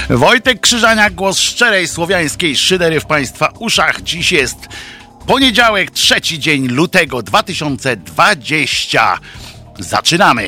Wojtek Krzyżaniak, głos szczerej słowiańskiej szydery w Państwa uszach. Dziś jest poniedziałek, 3 dzień lutego 2020. Zaczynamy.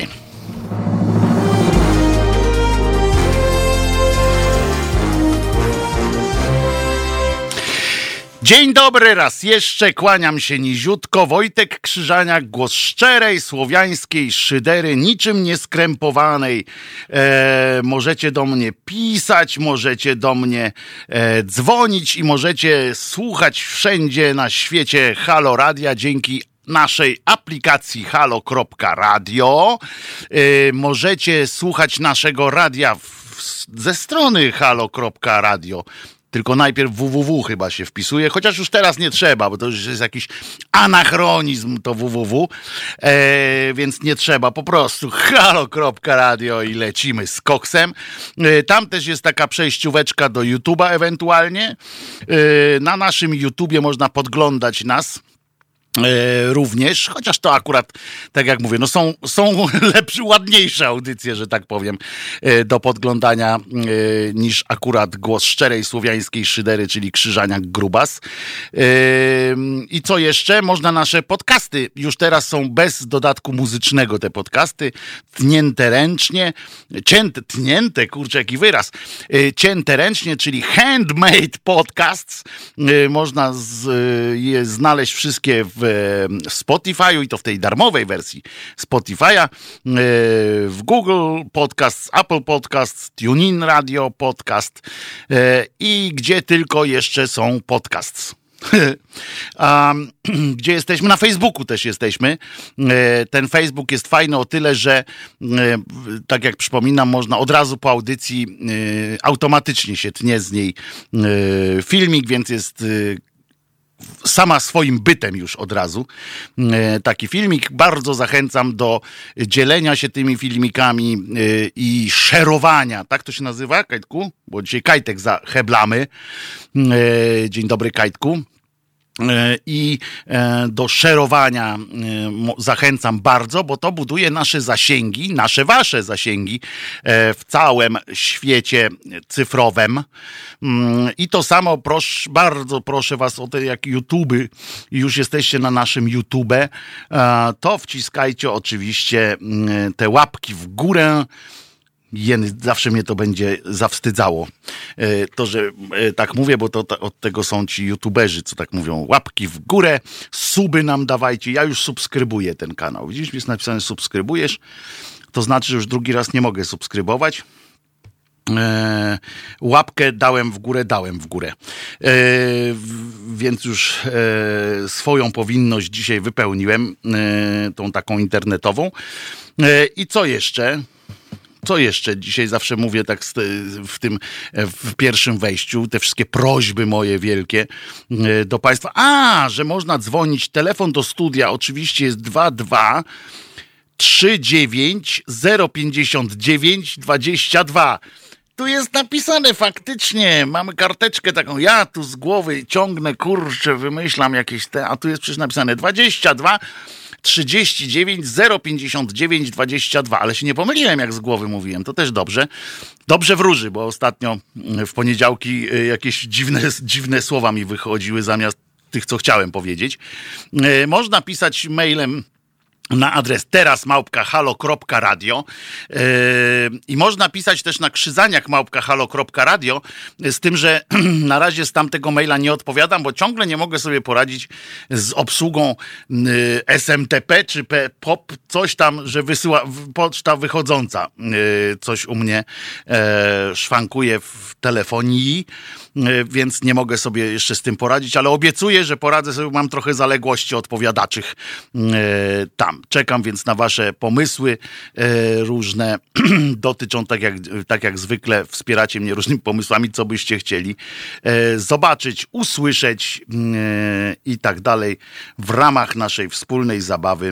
Dzień dobry, raz jeszcze kłaniam się niziutko. Wojtek Krzyżaniak, głos szczerej słowiańskiej szydery, niczym nieskrępowanej. Możecie do mnie pisać, możecie do mnie dzwonić i możecie słuchać wszędzie na świecie Halo Radia dzięki naszej aplikacji halo.radio. Możecie słuchać naszego radia ze strony halo.radio. Tylko najpierw www chyba się wpisuje, chociaż już teraz nie trzeba, bo to już jest jakiś anachronizm to www, więc nie trzeba, po prostu halo.radio i lecimy z koksem. Tam też jest taka przejścióweczka do YouTube'a ewentualnie. Na naszym YouTubie można podglądać nas. Również, chociaż to akurat, tak jak mówię, no są lepsze, ładniejsze audycje, że tak powiem, do podglądania niż akurat głos szczerej słowiańskiej szydery, czyli Krzyżaniak Grubas. I co jeszcze? Można nasze podcasty, już teraz są bez dodatku muzycznego te podcasty, tnięte ręcznie, tnięte, kurczę, jaki wyraz, cięte ręcznie, czyli handmade podcasts. Można je znaleźć wszystkie w Spotify'u i to w tej darmowej wersji Spotify'a, w Google Podcasts, Apple Podcasts, TuneIn Radio Podcast i gdzie tylko jeszcze są podcasts. Gdzie jesteśmy? Na Facebooku też jesteśmy. Ten Facebook jest fajny o tyle, że tak jak przypominam, można od razu po audycji automatycznie się tnie z niej filmik, więc jest sama swoim bytem już od razu taki filmik. Bardzo zachęcam do dzielenia się tymi filmikami i szerowania. Tak to się nazywa, Kajtku? Bo dzisiaj Kajtek za heblamy. Dzień dobry, Kajtku. I do szerowania zachęcam bardzo, bo to buduje nasze zasięgi, wasze zasięgi w całym świecie cyfrowym. I to samo bardzo proszę was o te jak YouTube, już jesteście na naszym YouTube, to wciskajcie oczywiście te łapki w górę. Zawsze mnie to będzie zawstydzało. To, że tak mówię, bo to od tego są ci youtuberzy, co tak mówią. Łapki w górę, suby nam dawajcie. Ja już subskrybuję ten kanał. Widzisz, jest napisane subskrybujesz. To znaczy, że już drugi raz nie mogę subskrybować. Łapkę dałem w górę. Więc już swoją powinność dzisiaj wypełniłem, tą taką internetową. I co jeszcze? Co jeszcze? Dzisiaj zawsze mówię tak w pierwszym wejściu, te wszystkie prośby moje wielkie do Państwa. Że można dzwonić. Telefon do studia oczywiście jest 22 39 059 22. Tu jest napisane faktycznie, mamy karteczkę taką, ja tu z głowy ciągnę, kurczę, wymyślam jakieś a tu jest przecież napisane 22 39 059 22, ale się nie pomyliłem, jak z głowy mówiłem, to też dobrze. Dobrze wróży, bo ostatnio w poniedziałki jakieś dziwne słowa mi wychodziły zamiast tych, co chciałem powiedzieć. Można pisać mailem na adres teraz@halo.radio i można pisać też na krzyzaniak@halo.radio, z tym, że na razie z tamtego maila nie odpowiadam, bo ciągle nie mogę sobie poradzić z obsługą SMTP czy POP, coś tam, że wysyła poczta wychodząca, coś u mnie szwankuje w telefonii, więc nie mogę sobie jeszcze z tym poradzić, ale obiecuję, że poradzę sobie, mam trochę zaległości odpowiadaczych tam. Czekam więc na wasze pomysły różne, dotyczą, tak jak zwykle, wspieracie mnie różnymi pomysłami, co byście chcieli zobaczyć, usłyszeć i tak dalej w ramach naszej wspólnej zabawy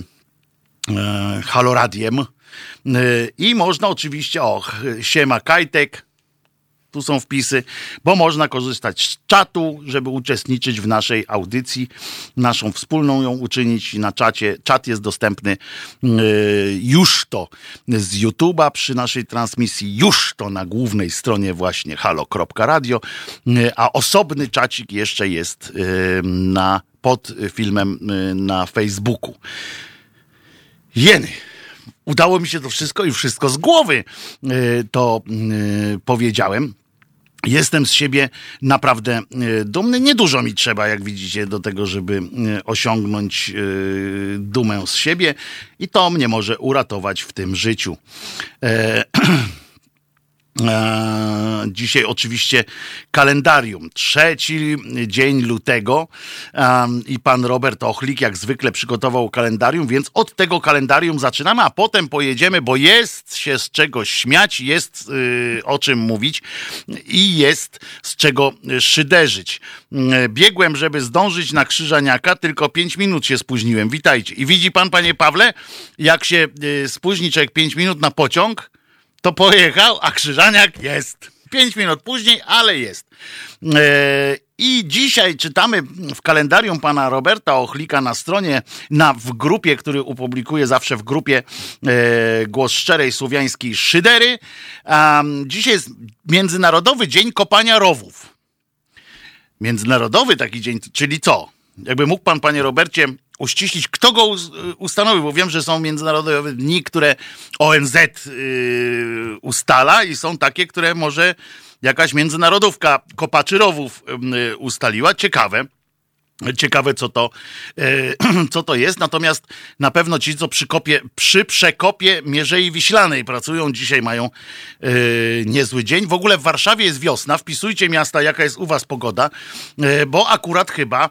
Haloradiem. I można oczywiście, siema Kajtek, tu są wpisy, bo można korzystać z czatu, żeby uczestniczyć w naszej audycji, naszą wspólną ją uczynić na czacie. Czat jest dostępny już to z YouTube'a przy naszej transmisji, już to na głównej stronie właśnie halo.radio, a osobny czacik jeszcze jest pod filmem na Facebooku. Jeny. Udało mi się to wszystko i wszystko z głowy to powiedziałem. Jestem z siebie naprawdę dumny. Niedużo mi trzeba, jak widzicie, do tego, żeby osiągnąć dumę z siebie i to mnie może uratować w tym życiu. Dzisiaj oczywiście kalendarium. 3 dzień lutego i pan Robert Ochlik jak zwykle przygotował kalendarium, więc od tego kalendarium zaczynamy, a potem pojedziemy, bo jest się z czego śmiać, jest o czym mówić i jest z czego szyderzyć. Biegłem, żeby zdążyć na Krzyżaniaka, tylko 5 minut się spóźniłem. Witajcie. I widzi pan, panie Pawle, jak się spóźni człowiek 5 minut na pociąg, to pojechał, a Krzyżaniak jest. 5 minut później, ale jest. I dzisiaj czytamy w kalendarium pana Roberta Ochlika na stronie, w grupie, który opublikuje zawsze w grupie Głos Szczerej Słowiańskiej Szydery. Dzisiaj jest Międzynarodowy Dzień Kopania Rowów. Międzynarodowy taki dzień, czyli co? Jakby mógł pan, panie Robercie, uściślić, kto go ustanowił, bo wiem, że są międzynarodowe dni, które ONZ ustala i są takie, które może jakaś międzynarodówka kopaczy rowów ustaliła. Ciekawe, co to jest. Natomiast na pewno ci, co przy przekopie Mierzei Wiślanej pracują, dzisiaj mają niezły dzień. W ogóle w Warszawie jest wiosna. Wpisujcie miasta, jaka jest u was pogoda, bo akurat chyba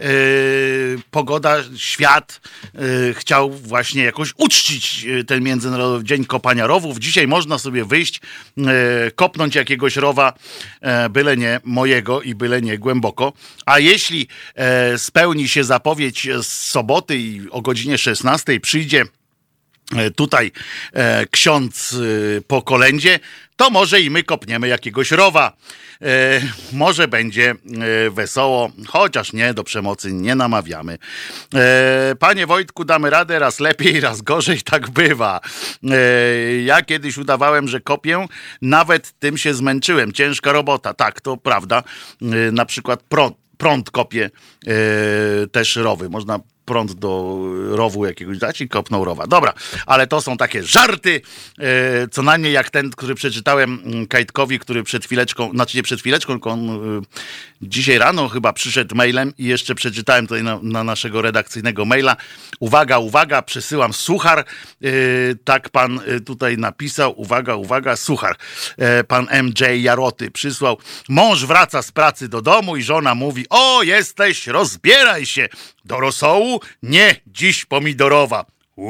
pogoda, świat chciał właśnie jakoś uczcić ten Międzynarodowy Dzień Kopania Rowów. Dzisiaj można sobie wyjść, kopnąć jakiegoś rowa, byle nie mojego i byle nie głęboko. A jeśli spełni się zapowiedź z soboty i o godzinie 16 przyjdzie tutaj ksiądz po kolędzie, to może i my kopniemy jakiegoś rowa. Może będzie wesoło, chociaż nie, do przemocy nie namawiamy. Panie Wojtku, damy radę, raz lepiej, raz gorzej, tak bywa. Ja kiedyś udawałem, że kopię, nawet tym się zmęczyłem. Ciężka robota, tak, to prawda. Na przykład prąd kopie też rowy. Można prąd do rowu jakiegoś dać i kopnął rowa. Dobra, ale to są takie żarty, co najmniej jak ten, który przeczytałem Kajtkowi, który przed chwileczką, znaczy nie przed chwileczką, tylko on dzisiaj rano chyba przyszedł mailem i jeszcze przeczytałem tutaj na naszego redakcyjnego maila. Uwaga, przesyłam suchar. Tak pan tutaj napisał. Uwaga, suchar. Pan MJ Jaroty przysłał. Mąż wraca z pracy do domu i żona mówi: o, jesteś, rozbieraj się. Do rosołu? Nie, dziś pomidorowa.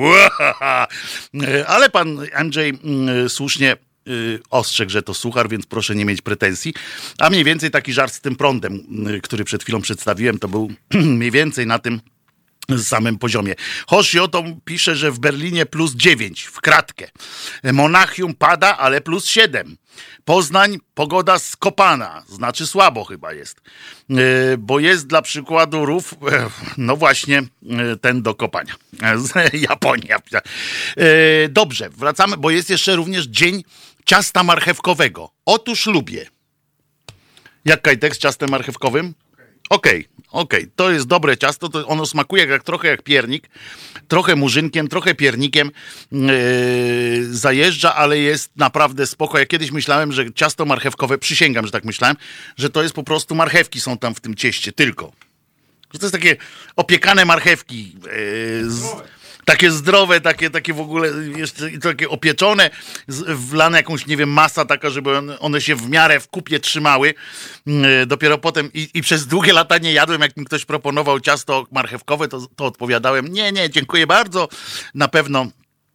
Ale pan Andrzej słusznie ostrzegł, że to suchar, więc proszę nie mieć pretensji. A mniej więcej taki żart z tym prądem, który przed chwilą przedstawiłem, to był mniej więcej na tym samym poziomie. Hoshioto pisze, że w Berlinie +9 w kratkę. Monachium pada, ale +7. Poznań, pogoda skopana, znaczy słabo chyba jest, bo jest dla przykładu rów, no właśnie ten do kopania z Japonii. Dobrze, wracamy, bo jest jeszcze również dzień ciasta marchewkowego. Otóż lubię. Jak Kajtek z ciastem marchewkowym? Okej, to jest dobre ciasto, to ono smakuje trochę jak piernik, trochę murzynkiem, trochę piernikiem zajeżdża, ale jest naprawdę spoko. Ja kiedyś myślałem, że ciasto marchewkowe, przysięgam, że tak myślałem, że to jest po prostu marchewki są tam w tym cieście, tylko. Że to jest takie opiekane marchewki, takie zdrowe, takie w ogóle jeszcze takie opieczone, wlane jakąś, nie wiem, masa taka, żeby one się w miarę w kupie trzymały. Dopiero potem i przez długie lata nie jadłem, jak mi ktoś proponował ciasto marchewkowe, to odpowiadałem: nie, dziękuję bardzo,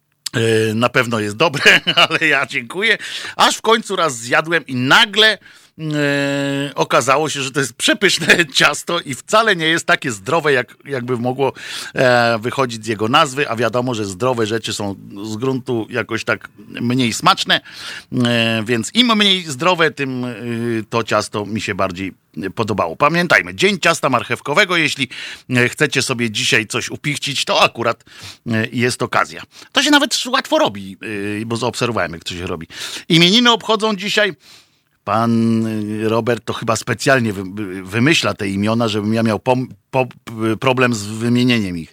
na pewno jest dobre, ale ja dziękuję. Aż w końcu raz zjadłem i nagle okazało się, że to jest przepyszne ciasto i wcale nie jest takie zdrowe, jakby mogło wychodzić z jego nazwy, a wiadomo, że zdrowe rzeczy są z gruntu jakoś tak mniej smaczne, więc im mniej zdrowe, tym to ciasto mi się bardziej podobało. Pamiętajmy, Dzień Ciasta Marchewkowego, jeśli chcecie sobie dzisiaj coś upichcić, to akurat jest okazja. To się nawet łatwo robi, bo zaobserwowałem, jak to się robi. Imieniny obchodzą dzisiaj. Pan Robert to chyba specjalnie wymyśla te imiona, żebym ja miał problem z wymienieniem ich.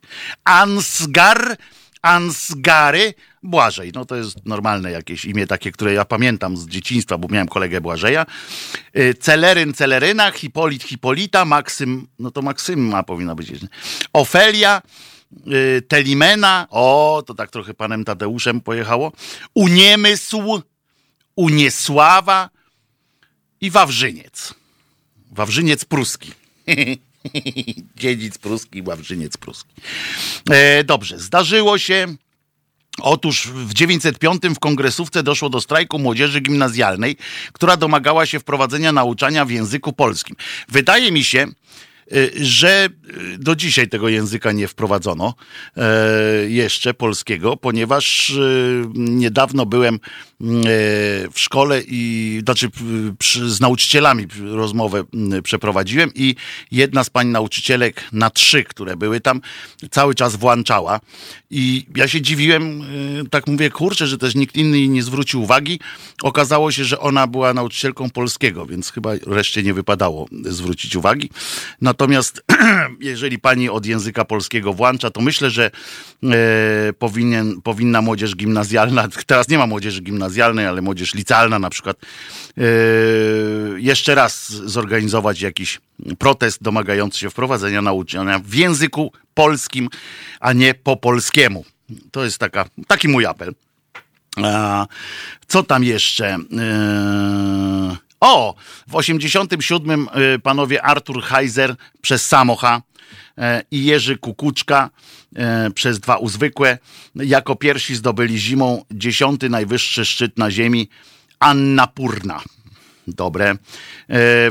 Ansgary Błażej. No to jest normalne jakieś imię takie, które ja pamiętam z dzieciństwa, bo miałem kolegę Błażeja. Celeryn, Celeryna, Hipolit, Hipolita, Maksym, no to Maksyma powinna być. Ofelia, Telimena, o, to tak trochę panem Tadeuszem pojechało. Uniemysł, Uniesława i Wawrzyniec. Wawrzyniec pruski. Dziedzic pruski, Wawrzyniec pruski. Dobrze, zdarzyło się. Otóż w 905 w kongresówce doszło do strajku młodzieży gimnazjalnej, która domagała się wprowadzenia nauczania w języku polskim. Wydaje mi się, że do dzisiaj tego języka nie wprowadzono jeszcze polskiego, ponieważ niedawno byłem w szkole i z nauczycielami rozmowę przeprowadziłem i jedna z pań nauczycielek na 3, które były tam, cały czas włączała i ja się dziwiłem, tak mówię, kurczę, że też nikt inny nie zwrócił uwagi. Okazało się, że ona była nauczycielką polskiego, więc chyba reszcie nie wypadało zwrócić uwagi. Natomiast jeżeli pani od języka polskiego włącza, to myślę, że powinna młodzież gimnazjalna, teraz nie ma młodzieży gimnazjalnej, ale młodzież licealna na przykład, jeszcze raz zorganizować jakiś protest domagający się wprowadzenia nauczania w języku polskim, a nie po polskiemu. To jest taki mój apel. Co tam jeszcze? W 87 panowie Artur Heiser przez Samocha i Jerzy Kukuczka przez 2 uzwykłe jako pierwsi zdobyli zimą 10. najwyższy szczyt na ziemi Annapurna. Dobre. W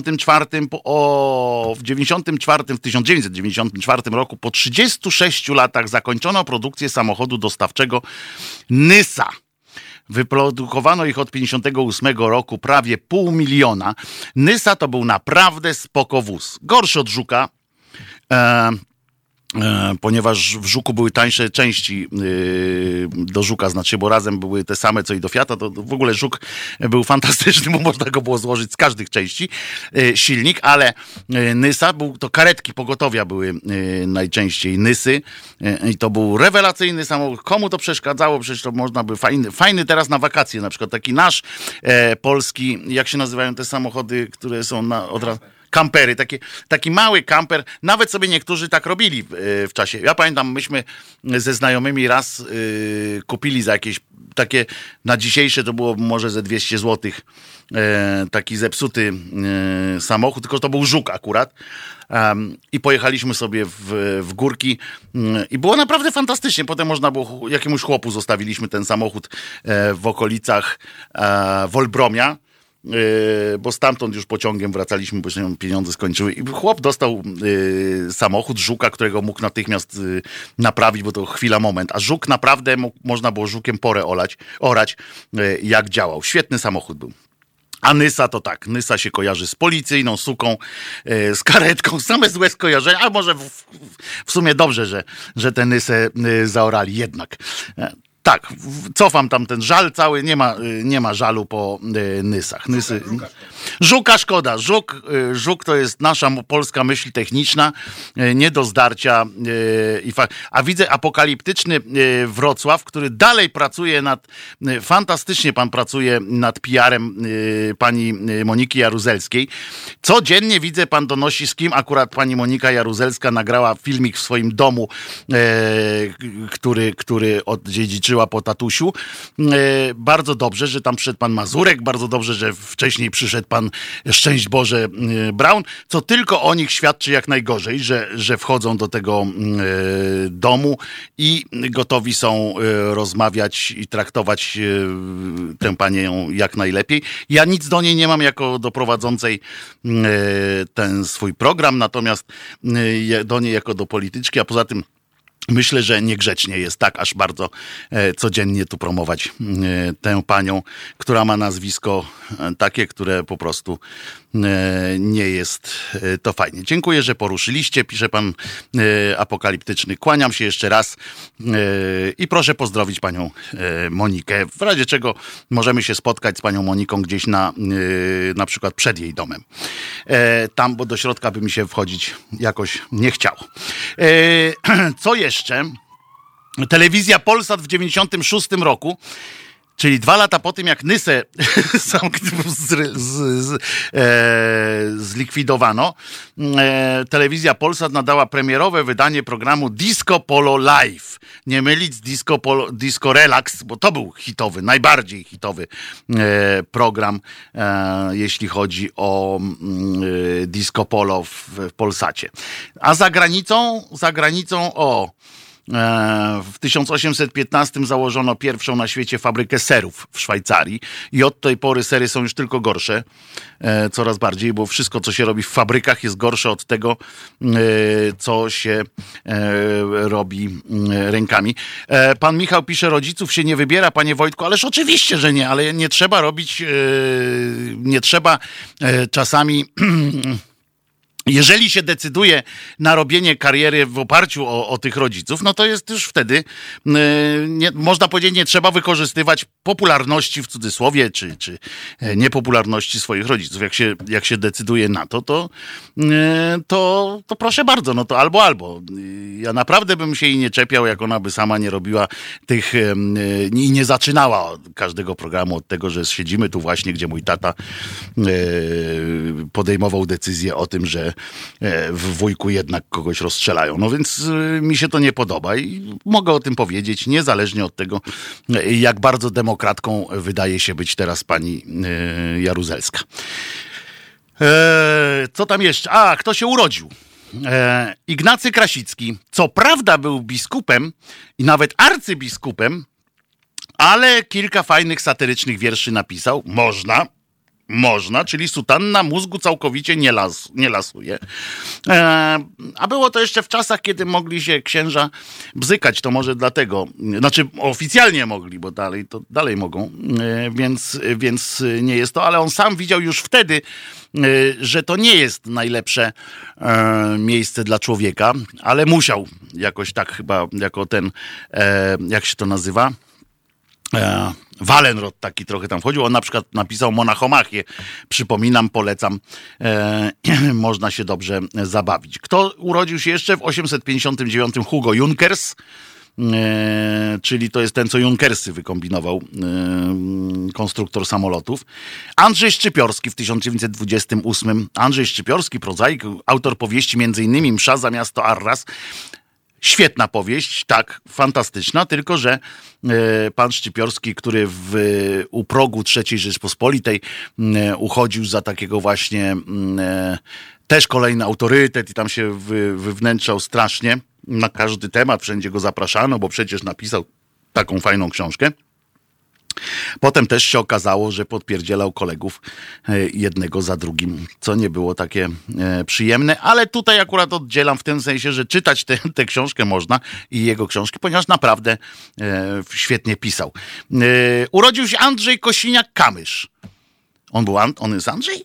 1994 roku po 36 latach zakończono produkcję samochodu dostawczego Nysa. Wyprodukowano ich od 58 roku prawie 500 000. Nysa to był naprawdę spoko wóz. Gorszy od Żuka, ponieważ w Żuku były tańsze części do Żuka, znaczy, bo razem były te same co i do Fiata, to w ogóle Żuk był fantastyczny, bo można go było złożyć z każdych części, silnik, ale Nysa to karetki pogotowia były najczęściej Nysy i to był rewelacyjny samochód. Komu to przeszkadzało? Przecież to można by fajny teraz na wakacje, na przykład taki nasz polski, jak się nazywają te samochody, które są od razu. Kampery, taki mały kamper, nawet sobie niektórzy tak robili w czasie. Ja pamiętam, myśmy ze znajomymi raz kupili za jakieś takie, na dzisiejsze to było może ze 200 zł, taki zepsuty samochód, tylko to był Żuk akurat. I pojechaliśmy sobie w górki i było naprawdę fantastycznie. Potem można było, jakiemuś chłopu zostawiliśmy ten samochód w okolicach Wolbromia, bo stamtąd już pociągiem wracaliśmy, bo się pieniądze skończyły i chłop dostał samochód Żuka, którego mógł natychmiast naprawić, bo to chwila, moment, a Żuk naprawdę można było Żukiem porę orać, jak działał. Świetny samochód był. A Nysa to tak, Nysa się kojarzy z policyjną suką, z karetką, same złe skojarzenia, a może w sumie dobrze, że tę Nysę zaorali jednak. Tak, cofam tam ten żal cały, nie ma żalu po Nysach. Żuka szkoda. Żuk to jest nasza polska myśl techniczna, nie do zdarcia. A widzę apokaliptyczny Wrocław, który dalej pracuje fantastycznie pan pracuje nad PR-em pani Moniki Jaruzelskiej. Codziennie widzę, pan donosi, z kim akurat pani Monika Jaruzelska nagrała filmik w swoim domu, który odziedziczyła po tatusiu. Bardzo dobrze, że tam przyszedł pan Mazurek, bardzo dobrze, że wcześniej przyszedł pan pan szczęść Boże Braun, co tylko o nich świadczy jak najgorzej, że wchodzą do tego domu i gotowi są rozmawiać i traktować tę panią jak najlepiej. Ja nic do niej nie mam jako do prowadzącej ten swój program, natomiast do niej jako do polityczki, a poza tym myślę, że niegrzecznie jest tak aż bardzo codziennie tu promować tę panią, która ma nazwisko takie, które po prostu nie jest to fajnie. Dziękuję, że poruszyliście, pisze pan Apokaliptyczny. Kłaniam się jeszcze raz i proszę pozdrowić panią Monikę. W razie czego możemy się spotkać z panią Moniką gdzieś na przykład przed jej domem. Tam, bo do środka by mi się wchodzić jakoś nie chciało. Co jeszcze? Telewizja Polsat w 96 roku, czyli 2 lata po tym, jak Nysę zlikwidowano, telewizja Polsat nadała premierowe wydanie programu Disco Polo Live. Nie mylić z Disco Relax, bo to był hitowy, najbardziej hitowy program, jeśli chodzi o Disco Polo w Polsacie. A za granicą w 1815 założono pierwszą na świecie fabrykę serów w Szwajcarii i od tej pory sery są już tylko gorsze, coraz bardziej, bo wszystko, co się robi w fabrykach, jest gorsze od tego, co się robi rękami. Pan Michał pisze, rodziców się nie wybiera, panie Wojtku, ależ oczywiście, że nie, ale nie trzeba robić, nie trzeba czasami... Jeżeli się decyduje na robienie kariery w oparciu o tych rodziców, no to jest już wtedy, można powiedzieć, nie trzeba wykorzystywać popularności w cudzysłowie, czy niepopularności swoich rodziców. Jak się decyduje na to proszę bardzo, no to albo. Ja naprawdę bym się jej nie czepiał, jak ona by sama nie robiła tych i nie zaczynała każdego programu od tego, że siedzimy tu właśnie, gdzie mój tata podejmował decyzję o tym, że w Wujku jednak kogoś rozstrzelają. No więc mi się to nie podoba i mogę o tym powiedzieć, niezależnie od tego, jak bardzo demokratką wydaje się być teraz pani Jaruzelska. Co tam jeszcze? Kto się urodził? Ignacy Krasicki. Co prawda był biskupem i nawet arcybiskupem, ale kilka fajnych satyrycznych wierszy napisał. Można, czyli sutanna mózgu całkowicie nie lasuje. A było to jeszcze w czasach, kiedy mogli się księża bzykać, to może dlatego, znaczy oficjalnie mogli, bo dalej mogą, więc nie jest to, ale on sam widział już wtedy, że to nie jest najlepsze miejsce dla człowieka, ale musiał jakoś tak chyba, jako ten, jak się to nazywa? Wallenrod taki trochę tam wchodził. On na przykład napisał Monachomachię. Przypominam, polecam. Można się dobrze zabawić. Kto urodził się jeszcze w 859? Hugo Junkers, czyli to jest ten, co Junkersy wykombinował, konstruktor samolotów. Andrzej Szczypiorski w 1928. Andrzej Szczypiorski, prozaik, autor powieści m.in. Msza za miasto Arras. Świetna powieść, tak, fantastyczna, tylko że pan Szczypiorski, który u progu III Rzeczpospolitej uchodził za takiego właśnie też kolejny autorytet i tam się wywnętrzał strasznie na każdy temat, wszędzie go zapraszano, bo przecież napisał taką fajną książkę. Potem też się okazało, że podpierdzielał kolegów jednego za drugim, co nie było takie przyjemne, ale tutaj akurat oddzielam w tym sensie, że czytać tę książkę można i jego książki, ponieważ naprawdę świetnie pisał. Urodził się Andrzej Kosiniak-Kamysz. On jest Andrzej?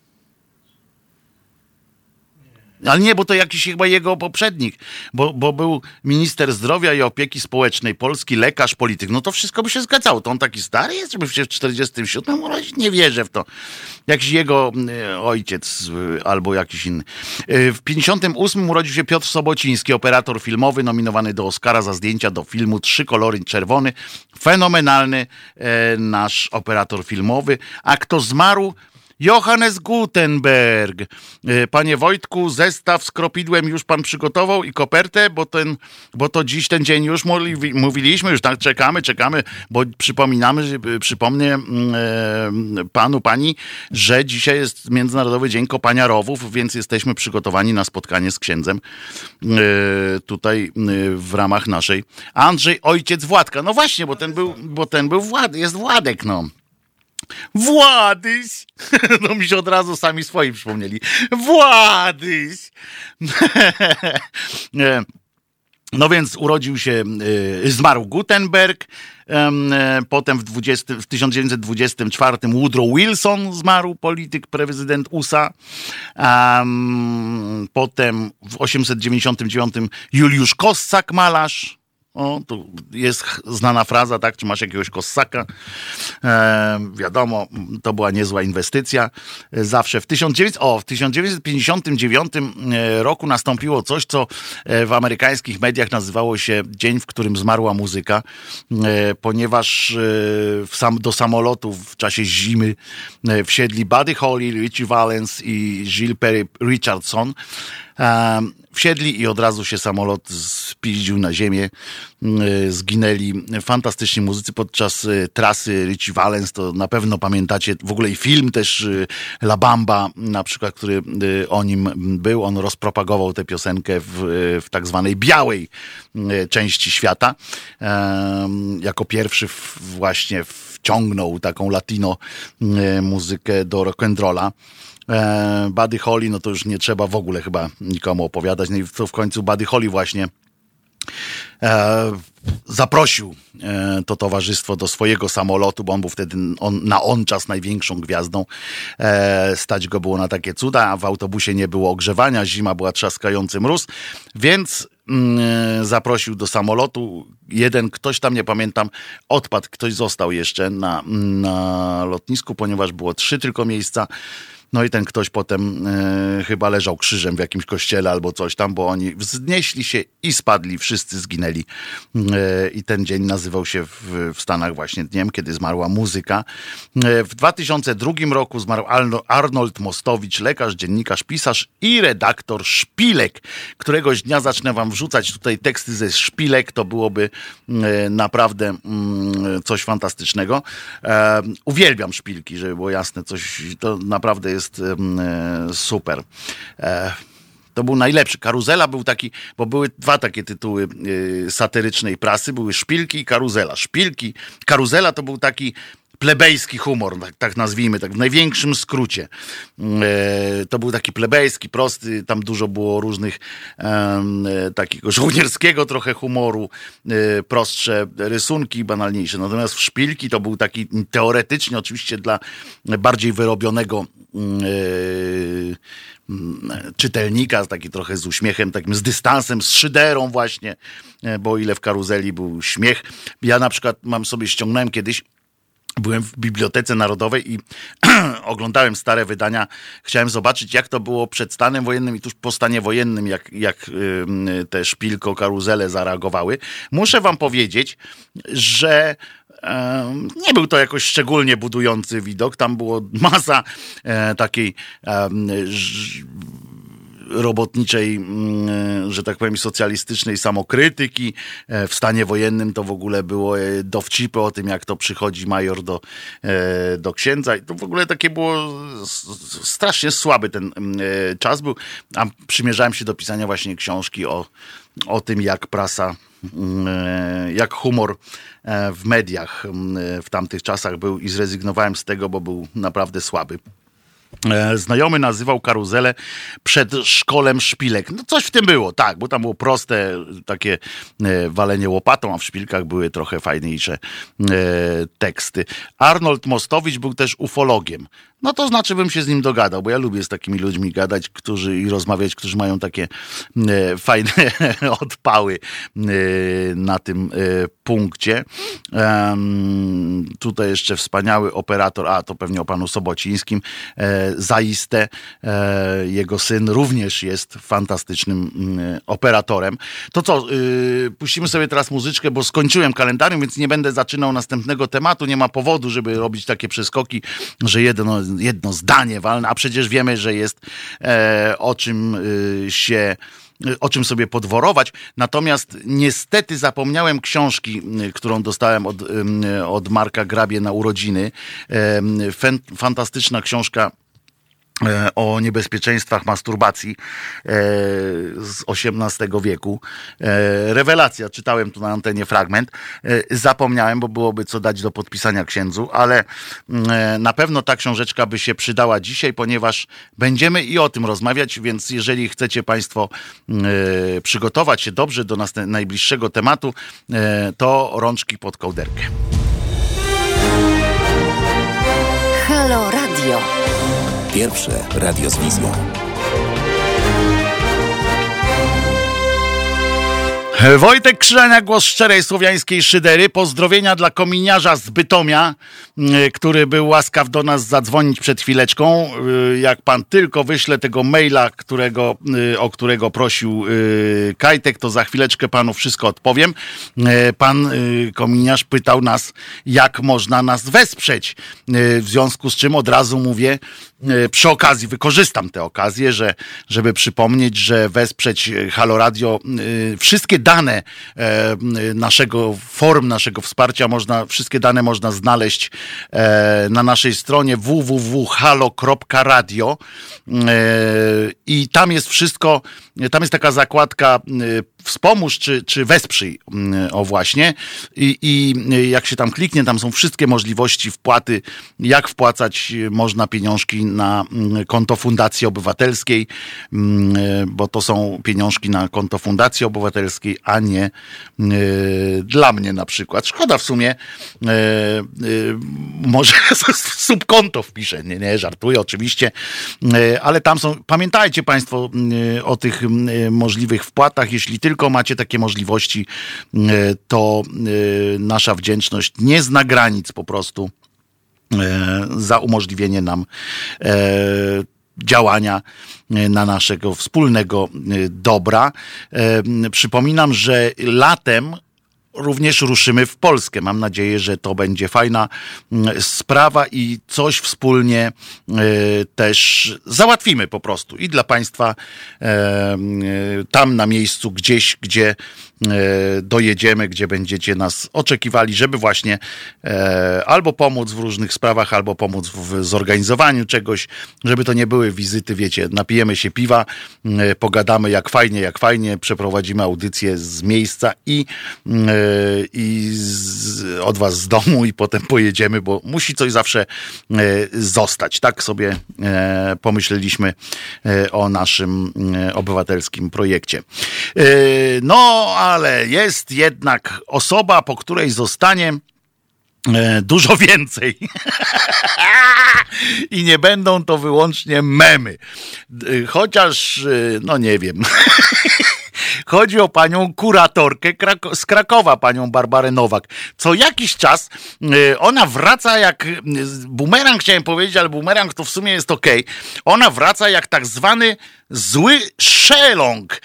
Ale nie, bo to jakiś chyba jego poprzednik, bo był minister zdrowia i opieki społecznej Polski, lekarz, polityk. No to wszystko by się zgadzało. To on taki stary jest, żeby się w 47 urodzić? Nie wierzę w to. Jakiś jego ojciec albo jakiś inny. W 58 urodził się Piotr Sobociński, operator filmowy, nominowany do Oscara za zdjęcia do filmu Trzy kolory czerwony. Fenomenalny nasz operator filmowy. A kto zmarł? Johannes Gutenberg. Panie Wojtku, zestaw z kropidłem już pan przygotował i kopertę, bo to dziś ten dzień już mówiliśmy, już tak czekamy, bo przypomnę panu, pani, że dzisiaj jest Międzynarodowy Dzień Kopania Rowów, więc jesteśmy przygotowani na spotkanie z księdzem tutaj w ramach naszej. Andrzej, ojciec Władka. No właśnie, bo ten był jest Władek, no. Władyś! No mi się od razu sami swoi przypomnieli. Władyś! No więc urodził się, zmarł Gutenberg, potem w 1924 Woodrow Wilson zmarł, polityk, prezydent USA, potem w 899 Juliusz Kossak, malarz. O, to jest znana fraza, tak? Czy masz jakiegoś kossaka? Wiadomo, to była niezła inwestycja. Zawsze w 1959 roku nastąpiło coś, co w amerykańskich mediach nazywało się dzień, w którym zmarła muzyka, ponieważ do samolotu w czasie zimy wsiedli Buddy Holly, Ritchie Valens i Gilles Perry Richardson. Wsiedli i od razu się samolot spiździł na ziemię. Zginęli fantastyczni muzycy podczas trasy. Ritchie Valens, to na pewno pamiętacie, w ogóle i film też La Bamba na przykład, który o nim był. On rozpropagował tę piosenkę w tak zwanej białej części świata. Jako pierwszy właśnie wciągnął taką latino muzykę do rock'n'rolla. Buddy Holly, no to już nie trzeba w ogóle chyba nikomu opowiadać. No i to w końcu Buddy Holly właśnie zaprosił to towarzystwo do swojego samolotu, bo on był wtedy na czas największą gwiazdą. Stać go było na takie cuda, a w autobusie nie było ogrzewania, zima była, trzaskający mróz, więc zaprosił do samolotu. Ktoś tam, nie pamiętam, odpadł, ktoś został jeszcze na lotnisku, ponieważ było 3 tylko miejsca. No i ten ktoś potem chyba leżał krzyżem w jakimś kościele albo coś tam, bo oni wznieśli się i spadli, wszyscy zginęli. I ten dzień nazywał się w Stanach właśnie dniem, kiedy zmarła muzyka. W 2002 roku zmarł Arnold Mostowicz, lekarz, dziennikarz, pisarz i redaktor Szpilek. Któregoś dnia zacznę wam wrzucać tutaj teksty ze Szpilek, to byłoby naprawdę coś fantastycznego. Uwielbiam Szpilki, żeby było jasne, to naprawdę jest super. To był najlepszy. Karuzela był taki, bo były 2 takie tytuły satyrycznej prasy. Były Szpilki i Karuzela. Karuzela to był taki plebejski humor, tak nazwijmy, tak w największym skrócie. To był taki plebejski, prosty, tam dużo było różnych takiego żołnierskiego trochę humoru, prostsze rysunki, banalniejsze. Natomiast w Szpilki to był taki teoretycznie, oczywiście dla bardziej wyrobionego czytelnika, taki trochę z uśmiechem, takim z dystansem, z szyderą właśnie, bo o ile w Karuzeli był śmiech. Ja na przykład ściągnąłem kiedyś, byłem w Bibliotece Narodowej i oglądałem stare wydania. Chciałem zobaczyć, jak to było przed stanem wojennym i tuż po stanie wojennym, jak te Szpilko, Karuzele zareagowały. Muszę wam powiedzieć, że nie był to jakoś szczególnie budujący widok. Tam było masa takiej robotniczej, że tak powiem, socjalistycznej samokrytyki. W stanie wojennym to w ogóle było dowcipy o tym, jak to przychodzi major do księdza. I to w ogóle takie było strasznie słaby ten czas był. A przymierzałem się do pisania właśnie książki o tym, jak prasa, jak humor w mediach w tamtych czasach był i zrezygnowałem z tego, bo był naprawdę słaby. Znajomy nazywał Karuzelę przedszkolem Szpilek. No coś w tym było, tak, bo tam było proste takie walenie łopatą, a w Szpilkach były trochę fajniejsze teksty. Arnold Mostowicz był też ufologiem. No to znaczy bym się z nim dogadał, bo ja lubię z takimi ludźmi gadać i rozmawiać, którzy mają takie fajne odpały na tym punkcie. Tutaj jeszcze wspaniały operator, to pewnie o panu Sobocińskim, zaiste jego syn również jest fantastycznym operatorem. To co, puścimy sobie teraz muzyczkę, bo skończyłem kalendarium, więc nie będę zaczynał następnego tematu. Nie ma powodu, żeby robić takie przeskoki, że jeden jedno zdanie walne, a przecież wiemy, że jest o czym sobie podworować. Natomiast niestety zapomniałem książki, którą dostałem od Marka Grabie na urodziny. Fantastyczna książka o niebezpieczeństwach masturbacji z XVIII wieku. Rewelacja, czytałem tu na antenie fragment. Zapomniałem, bo byłoby co dać do podpisania księdzu, ale na pewno ta książeczka by się przydała dzisiaj, ponieważ będziemy i o tym rozmawiać, więc jeżeli chcecie Państwo przygotować się dobrze do najbliższego tematu, to rączki pod kołderkę. Halo Radio. Pierwsze radio z wizją. Wojtek Krzyżania, głos szczerej słowiańskiej szydery. Pozdrowienia dla kominiarza z Bytomia, który był łaskaw do nas zadzwonić przed chwileczką. Jak pan tylko wyśle tego maila, o którego prosił Kajtek, to za chwileczkę panu wszystko odpowiem. Pan kominiarz pytał nas, jak można nas wesprzeć. W związku z czym od razu mówię, przy okazji, wykorzystam tę okazję, żeby przypomnieć, że wesprzeć Halo Radio, wszystkie dane naszego wsparcia wszystkie dane można znaleźć na naszej stronie www.halo.radio i tam jest wszystko, tam jest taka zakładka wspomóż czy wesprzyj, o właśnie, i jak się tam kliknie, tam są wszystkie możliwości wpłaty, jak wpłacać można pieniążki na konto Fundacji Obywatelskiej, bo to są pieniążki na konto Fundacji Obywatelskiej, a nie dla mnie na przykład. Szkoda w sumie, może subkonto wpiszę, nie, żartuję oczywiście, ale tam są, pamiętajcie Państwo o tych możliwych wpłatach, jeśli tylko macie takie możliwości, to nasza wdzięczność nie zna granic po prostu za umożliwienie nam działania na naszego wspólnego dobra. Przypominam, że latem również ruszymy w Polskę. Mam nadzieję, że to będzie fajna sprawa i coś wspólnie też załatwimy po prostu. I dla Państwa tam na miejscu gdzieś, gdzie dojedziemy, gdzie będziecie nas oczekiwali, żeby właśnie albo pomóc w różnych sprawach, albo pomóc w zorganizowaniu czegoś, żeby to nie były wizyty, wiecie, napijemy się piwa, pogadamy jak fajnie, przeprowadzimy audycję z miejsca od was z domu i potem pojedziemy, bo musi coś zawsze zostać. Tak sobie pomyśleliśmy o naszym obywatelskim projekcie. No, ale jest jednak osoba, po której zostanie dużo więcej. I nie będą to wyłącznie memy. Chociaż, no nie wiem... Chodzi o panią kuratorkę z Krakowa, panią Barbarę Nowak. Co jakiś czas ona wraca jak bumerang, chciałem powiedzieć, ale bumerang to w sumie jest okej. Ona wraca jak tak zwany zły szeląg.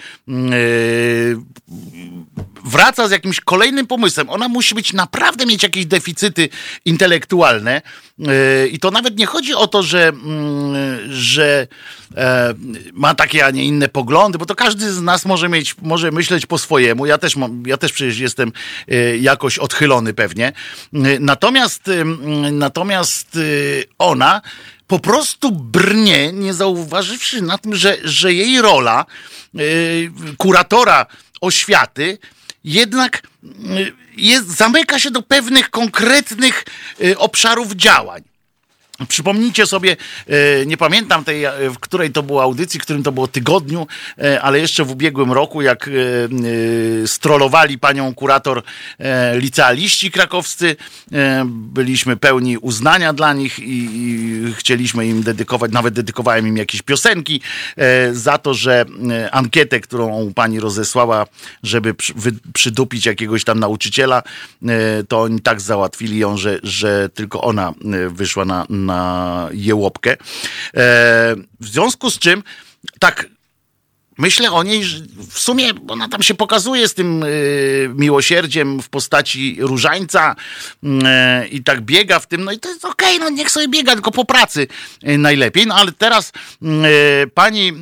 Wraca z jakimś kolejnym pomysłem. Ona musi naprawdę mieć jakieś deficyty intelektualne i to nawet nie chodzi o to, że ma takie, a nie inne poglądy, bo to każdy z nas może myśleć po swojemu. Ja też przecież jestem jakoś odchylony pewnie. Natomiast ona po prostu brnie, nie zauważywszy na tym, że jej rola kuratora oświaty jednak zamyka się do pewnych konkretnych obszarów działań. Przypomnijcie sobie, nie pamiętam w której to było audycji, w którym to było tygodniu, ale jeszcze w ubiegłym roku, jak strollowali panią kurator licealiści krakowscy, byliśmy pełni uznania dla nich i chcieliśmy im dedykować, nawet dedykowałem im jakieś piosenki za to, że ankietę, którą pani rozesłała, żeby przydupić jakiegoś tam nauczyciela, to oni tak załatwili ją, że tylko ona wyszła na jełopkę. W związku z czym tak myślę o niej, że w sumie ona tam się pokazuje z tym miłosierdziem w postaci różańca i tak biega w tym, no i to jest okej, no niech sobie biega, tylko po pracy najlepiej. No ale teraz pani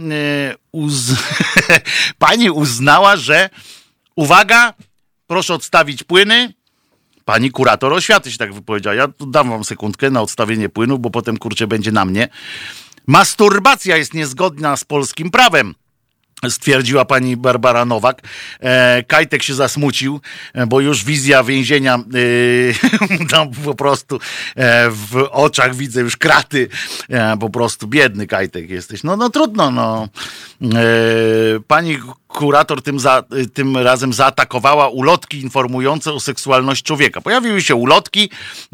pani uznała, że uwaga, proszę odstawić płyny. Pani kurator oświaty się tak wypowiedziała. Ja tu dam wam sekundkę na odstawienie płynu, bo potem kurczę będzie na mnie. Masturbacja jest niezgodna z polskim prawem, stwierdziła pani Barbara Nowak. Kajtek się zasmucił, bo już wizja więzienia tam po prostu w oczach widzę już kraty. Po prostu biedny Kajtek jesteś. No trudno, no. Pani kurator tym razem zaatakowała ulotki informujące o seksualności człowieka. Pojawiły się ulotki,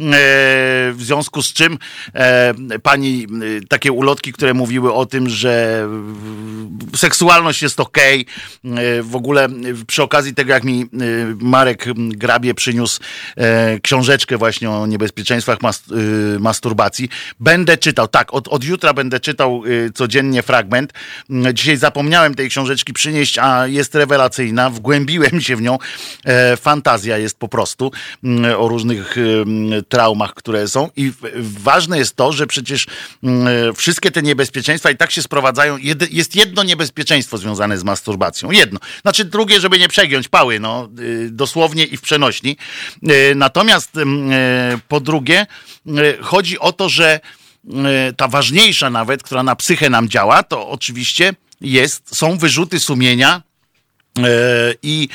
w związku z czym pani, takie ulotki, które mówiły o tym, że seksualność jest okej. W ogóle przy okazji tego, jak mi Marek Grabie przyniósł książeczkę właśnie o niebezpieczeństwach masturbacji, będę czytał, tak, od jutra będę czytał codziennie fragment. Dzisiaj zapomniałem tej książeczki przynieść, a jest rewelacyjna, wgłębiłem się w nią, fantazja jest po prostu o różnych traumach, które są i ważne jest to, że przecież wszystkie te niebezpieczeństwa i tak się sprowadzają, jest jedno niebezpieczeństwo związane z masturbacją, jedno, znaczy drugie, żeby nie przegiąć pały, no, dosłownie i w przenośni, natomiast po drugie chodzi o to, że ta ważniejsza nawet, która na psychę nam działa, to oczywiście są wyrzuty sumienia i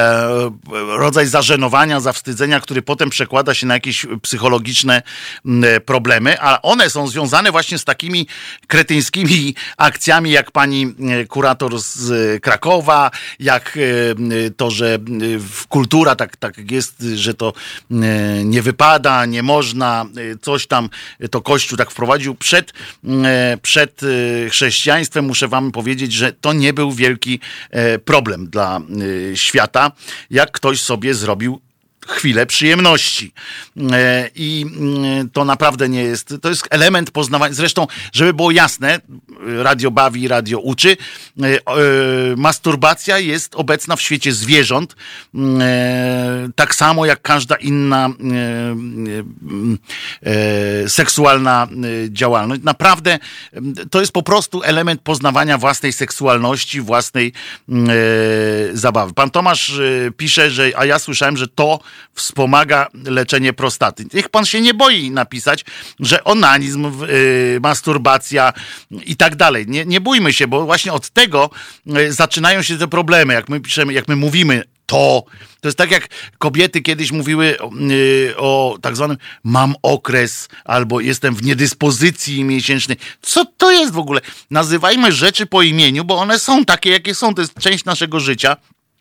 rodzaj zażenowania, zawstydzenia, który potem przekłada się na jakieś psychologiczne problemy, a one są związane właśnie z takimi kretyńskimi akcjami, jak pani kurator z Krakowa, jak to, że kultura tak jest, że to nie wypada, nie można, coś tam, to Kościół tak wprowadził przed chrześcijaństwem. Muszę wam powiedzieć, że to nie był wielki problem dla świata, jak ktoś sobie zrobił chwilę przyjemności. I to naprawdę nie jest, to jest element poznawania. Zresztą, żeby było jasne, radio bawi, radio uczy, masturbacja jest obecna w świecie zwierząt, tak samo jak każda inna seksualna działalność. Naprawdę to jest po prostu element poznawania własnej seksualności, własnej zabawy. Pan Tomasz pisze, a ja słyszałem, że to wspomaga leczenie prostaty. Niech pan się nie boi napisać, że onanizm, masturbacja i tak dalej. Nie bójmy się, bo właśnie od tego zaczynają się te problemy. Jak my piszemy, jak my mówimy to jest tak, jak kobiety kiedyś mówiły o tak zwanym mam okres albo jestem w niedyspozycji miesięcznej. Co to jest w ogóle? Nazywajmy rzeczy po imieniu, bo one są takie, jakie są. To jest część naszego życia.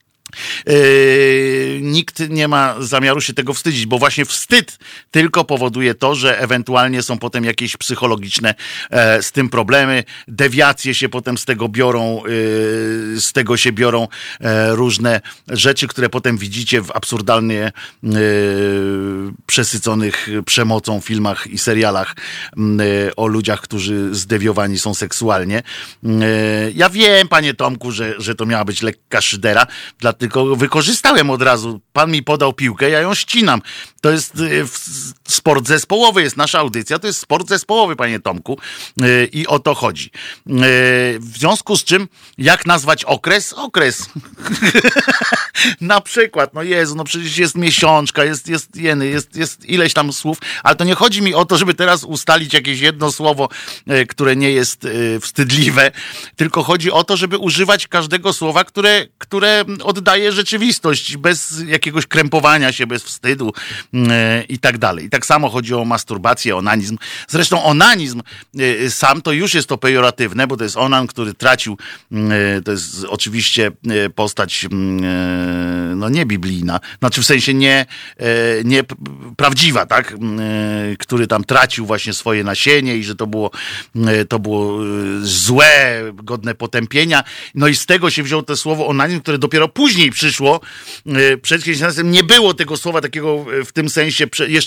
Nikt nie ma zamiaru się tego wstydzić, bo właśnie wstyd tylko powoduje to, że ewentualnie są potem jakieś psychologiczne z tym problemy, dewiacje się potem z tego biorą, z tego się biorą różne rzeczy, które potem widzicie w absurdalnie przesyconych przemocą filmach i serialach o ludziach, którzy zdewiowani są seksualnie. Ja wiem, panie Tomku, że to miała być lekka szydera, tylko wykorzystałem od razu. Pan mi podał piłkę, ja ją ścinam. To jest sport zespołowy, jest nasza audycja, to jest sport zespołowy, panie Tomku. I o to chodzi. W związku z czym, jak nazwać okres? Okres. Na przykład, no Jezu, no przecież jest miesiączka, jest ileś tam słów, ale to nie chodzi mi o to, żeby teraz ustalić jakieś jedno słowo, które nie jest wstydliwe, tylko chodzi o to, żeby używać każdego słowa, które oddaje rzeczywistość, bez jakiegoś krępowania się, bez wstydu i tak dalej. I tak samo chodzi o masturbację, onanizm. Zresztą onanizm sam to już jest to pejoratywne, bo to jest onan, który tracił, to jest oczywiście postać no nie biblijna, znaczy w sensie nie prawdziwa, tak? Który tam tracił właśnie swoje nasienie i że to było złe, godne potępienia. No i z tego się wziął to słowo onanizm, które dopiero później przyszło. Przed chrześcijaństwem nie było tego słowa takiego w tym sensie, jeszcze w judaizmie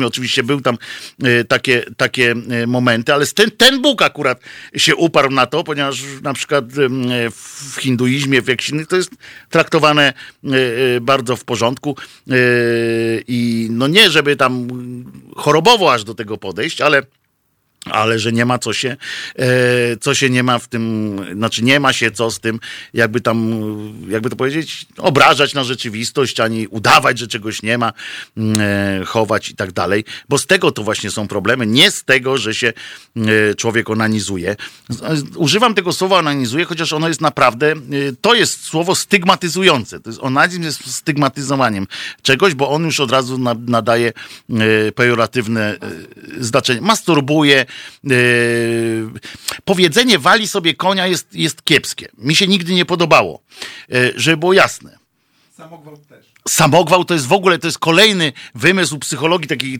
katolicyzmie oczywiście był tam takie momenty, ale ten Bóg akurat się uparł na to, ponieważ na przykład w hinduizmie, w jakichś innych to jest traktowane bardzo w porządku i no nie, żeby tam chorobowo aż do tego podejść, ale że nie ma co się nie ma w tym, znaczy nie ma się co z tym, jakby to powiedzieć, obrażać na rzeczywistość, ani udawać, że czegoś nie ma, chować i tak dalej, bo z tego to właśnie są problemy, nie z tego, że się człowiek onanizuje. Używam tego słowa onanizuje, chociaż ono jest naprawdę, to jest słowo stygmatyzujące. To jest, onanizm jest stygmatyzowaniem czegoś, bo on już od razu nadaje pejoratywne znaczenie. Masturbuje. Powiedzenie wali sobie konia jest kiepskie. Mi się nigdy nie podobało, żeby było jasne. Samogwałt też. Samogwałt to jest w ogóle, to jest kolejny wymysł psychologii takiej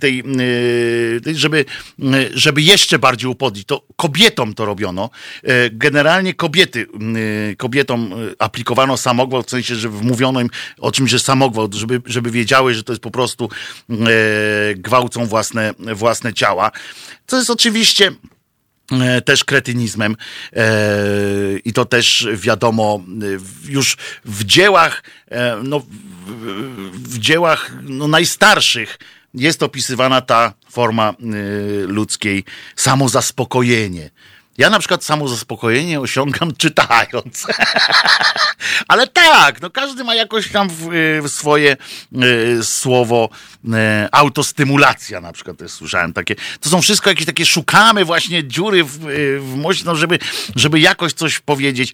żeby jeszcze bardziej upodlić. To kobietom to robiono. Generalnie kobietom aplikowano samogwałt, w sensie, że wmówiono im o czymś, że samogwałt, żeby wiedziały, że to jest po prostu gwałcą własne ciała. Co jest oczywiście też kretynizmem i to też wiadomo już w dziełach najstarszych jest opisywana ta forma ludzkiej samozaspokojenie. Ja na przykład samozaspokojenie osiągam czytając. Ale tak, no każdy ma jakoś tam swoje słowo autostymulacja na przykład też słyszałem takie. To są wszystko jakieś takie, szukamy właśnie dziury w mocy, no żeby jakoś coś powiedzieć.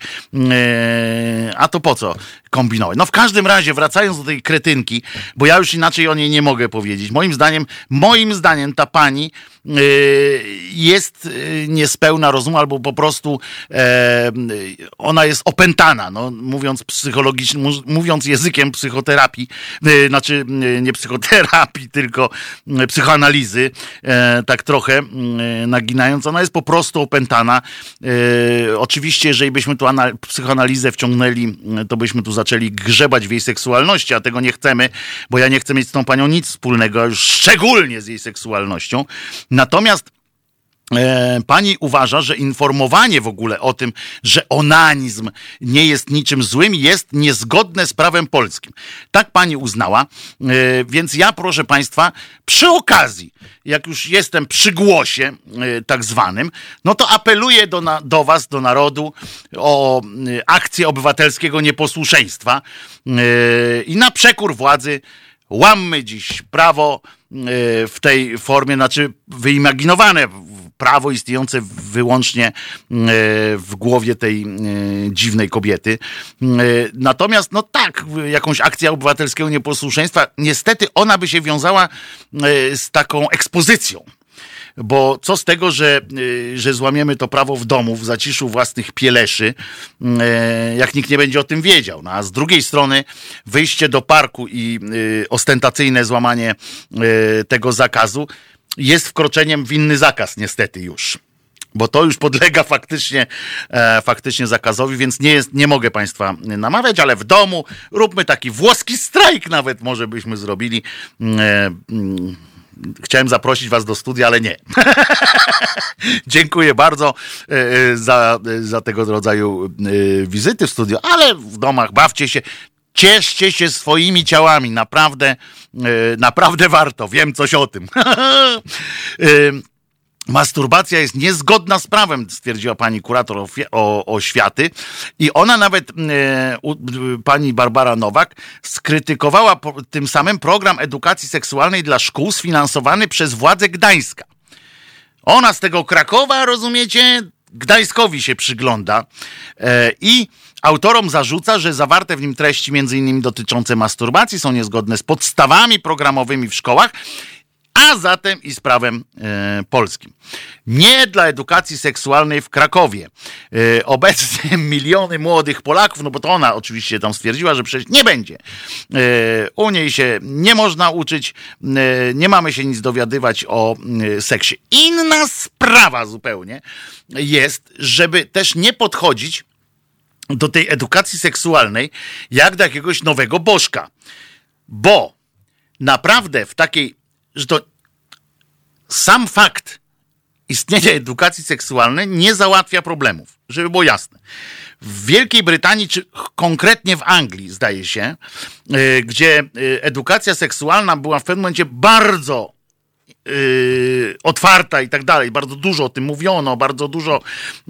A to po co kombinować? No w każdym razie, wracając do tej kretynki, bo ja już inaczej o niej nie mogę powiedzieć. Moim zdaniem ta pani jest niespełna rozumu, albo po prostu ona jest opętana, no, mówiąc psychologicznie, mówiąc językiem psychoterapii, znaczy nie psychoterapii, tylko psychoanalizy, tak trochę naginając, ona jest po prostu opętana. Oczywiście, jeżeli byśmy tu psychoanalizę wciągnęli, to byśmy tu zaczęli grzebać w jej seksualności, a tego nie chcemy, bo ja nie chcę mieć z tą panią nic wspólnego, a już szczególnie z jej seksualnością. Natomiast pani uważa, że informowanie w ogóle o tym, że onanizm nie jest niczym złym, jest niezgodne z prawem polskim. Tak pani uznała, więc ja, proszę państwa, przy okazji, jak już jestem przy głosie tak zwanym, no to apeluję do was, do narodu o akcję obywatelskiego nieposłuszeństwa i na przekór władzy łammy dziś prawo w tej formie, znaczy wyimaginowane prawo istniejące wyłącznie w głowie tej dziwnej kobiety. Natomiast, no tak, jakąś akcję obywatelskiego nieposłuszeństwa, niestety ona by się wiązała z taką ekspozycją. Bo co z tego, że złamiemy to prawo w domu, w zaciszu własnych pieleszy, jak nikt nie będzie o tym wiedział. No, a z drugiej strony wyjście do parku i ostentacyjne złamanie tego zakazu jest wkroczeniem w inny zakaz niestety już. Bo to już podlega faktycznie zakazowi, więc nie mogę państwa namawiać, ale w domu róbmy taki włoski strajk nawet może byśmy zrobili. Chciałem zaprosić was do studia, ale nie. Dziękuję bardzo za tego rodzaju wizyty w studiu, ale w domach bawcie się. Cieszcie się swoimi ciałami. Naprawdę warto. Wiem coś o tym. Masturbacja jest niezgodna z prawem, stwierdziła pani kurator oświaty i ona nawet, pani Barbara Nowak, skrytykowała tym samym program edukacji seksualnej dla szkół sfinansowany przez władze Gdańska. Ona z tego Krakowa, rozumiecie, Gdańskowi się przygląda i autorom zarzuca, że zawarte w nim treści m.in. dotyczące masturbacji są niezgodne z podstawami programowymi w szkołach, a zatem i z prawem polskim. Nie dla edukacji seksualnej w Krakowie. Obecnie miliony młodych Polaków, no bo to ona oczywiście tam stwierdziła, że przecież nie będzie. U niej się nie można uczyć, nie mamy się nic dowiadywać o seksie. Inna sprawa zupełnie jest, żeby też nie podchodzić do tej edukacji seksualnej jak do jakiegoś nowego bożka. Bo naprawdę w takiej, że to sam fakt istnienia edukacji seksualnej nie załatwia problemów, żeby było jasne. W Wielkiej Brytanii, czy konkretnie w Anglii, zdaje się, gdzie edukacja seksualna była w pewnym momencie bardzo otwarta i tak dalej, bardzo dużo o tym mówiono, bardzo dużo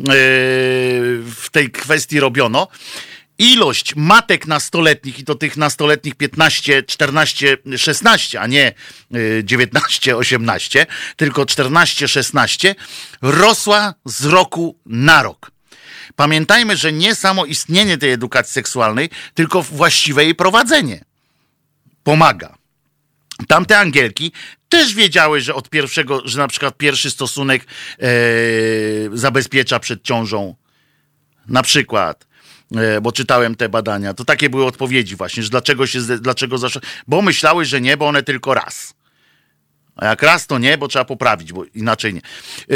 w tej kwestii robiono. Ilość matek nastoletnich, i to tych nastoletnich 15, 14, 16, a nie 19, 18, tylko 14, 16, rosła z roku na rok. Pamiętajmy, że nie samo istnienie tej edukacji seksualnej, tylko właściwe jej prowadzenie pomaga. Tamte Angielki też wiedziały, że od pierwszego, że na przykład pierwszy stosunek zabezpiecza przed ciążą. Na przykład, bo czytałem te badania, to takie były odpowiedzi właśnie, że dlaczego zawsze, bo myślały, że nie, bo one tylko raz. A jak raz, to nie, bo trzeba poprawić, bo inaczej nie.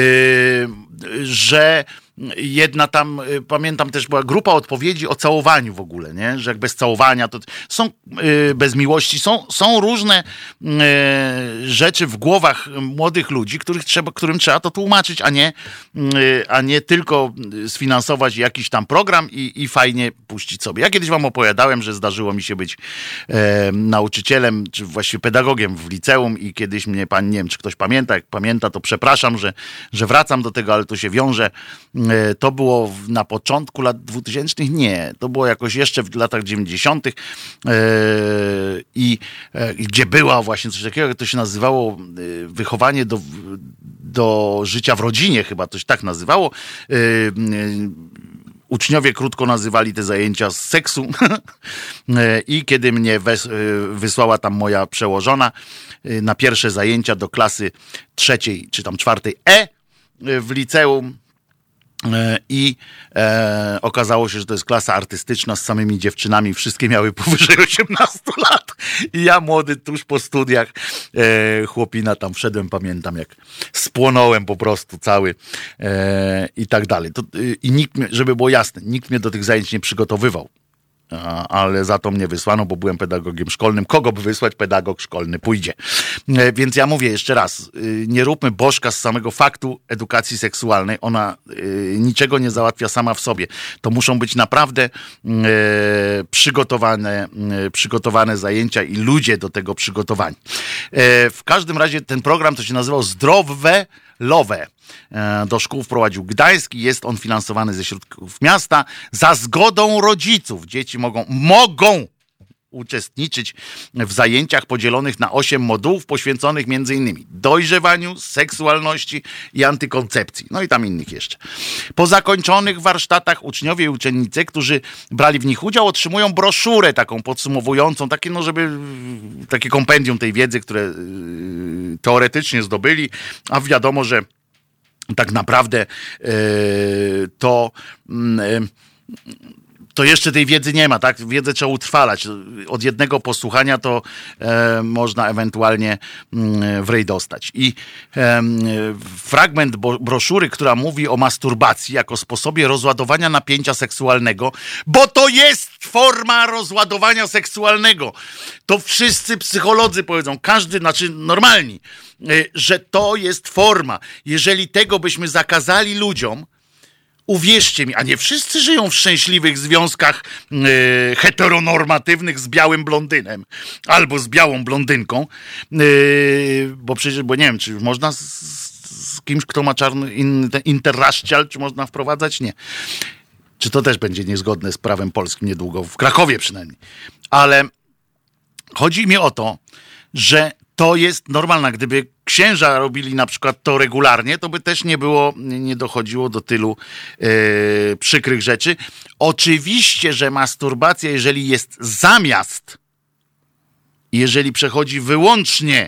Że jedna tam, pamiętam też była grupa odpowiedzi o całowaniu w ogóle, nie? Że jak bez całowania, to są bez miłości, są różne rzeczy w głowach młodych ludzi, którym trzeba to tłumaczyć, a nie tylko sfinansować jakiś tam program i fajnie puścić sobie. Ja kiedyś wam opowiadałem, że zdarzyło mi się być nauczycielem, czy właściwie pedagogiem w liceum i kiedyś mnie pan, nie wiem, czy ktoś pamięta, jak pamięta, to przepraszam, że wracam do tego, ale to się wiąże. To było na początku lat 2000, nie, to było jakoś jeszcze w latach 90. Gdzie była właśnie coś takiego, to się nazywało wychowanie do życia w rodzinie, chyba to się tak nazywało. Uczniowie krótko nazywali te zajęcia z seksu i kiedy mnie wysłała tam moja przełożona na pierwsze zajęcia do klasy 3. czy tam 4. w liceum, i okazało się, że to jest klasa artystyczna z samymi dziewczynami, wszystkie miały powyżej 18 lat i ja młody tuż po studiach chłopina tam wszedłem, pamiętam jak spłonąłem po prostu cały i tak dalej. I nikt mnie, żeby było jasne, nikt mnie do tych zajęć nie przygotowywał. Ale za to mnie wysłano, bo byłem pedagogiem szkolnym. Kogo by wysłać? Pedagog szkolny pójdzie. Więc ja mówię jeszcze raz, nie róbmy bożka z samego faktu edukacji seksualnej. Niczego nie załatwia sama w sobie. To muszą być naprawdę przygotowane zajęcia i ludzie do tego przygotowani. W każdym razie ten program to się nazywał Zdrowe Lowe. Do szkół wprowadził Gdańsk i jest on finansowany ze środków miasta za zgodą rodziców. Dzieci mogą uczestniczyć w zajęciach podzielonych na 8 modułów poświęconych m.in. dojrzewaniu, seksualności i antykoncepcji. No i tam innych jeszcze. Po zakończonych warsztatach uczniowie i uczennice, którzy brali w nich udział, otrzymują broszurę taką podsumowującą, takie kompendium tej wiedzy, które teoretycznie zdobyli, a wiadomo, że tak naprawdę to jeszcze tej wiedzy nie ma, tak? Wiedzę trzeba utrwalać. Od jednego posłuchania to można ewentualnie w rej dostać. I fragment broszury, która mówi o masturbacji jako sposobie rozładowania napięcia seksualnego, bo to jest forma rozładowania seksualnego. To wszyscy psycholodzy powiedzą, każdy, znaczy normalni, że to jest forma. Jeżeli tego byśmy zakazali ludziom, uwierzcie mi, a nie wszyscy żyją w szczęśliwych związkach heteronormatywnych z białym blondynem albo z białą blondynką, bo nie wiem, czy można z kimś, kto ma czarny interracial, czy można wprowadzać? Nie. Czy to też będzie niezgodne z prawem polskim niedługo, w Krakowie przynajmniej. Ale chodzi mi o to, że to jest normalne. Gdyby księża robili na przykład to regularnie, to by też nie dochodziło do tylu przykrych rzeczy. Oczywiście, że masturbacja, jeżeli jest zamiast, jeżeli przechodzi wyłącznie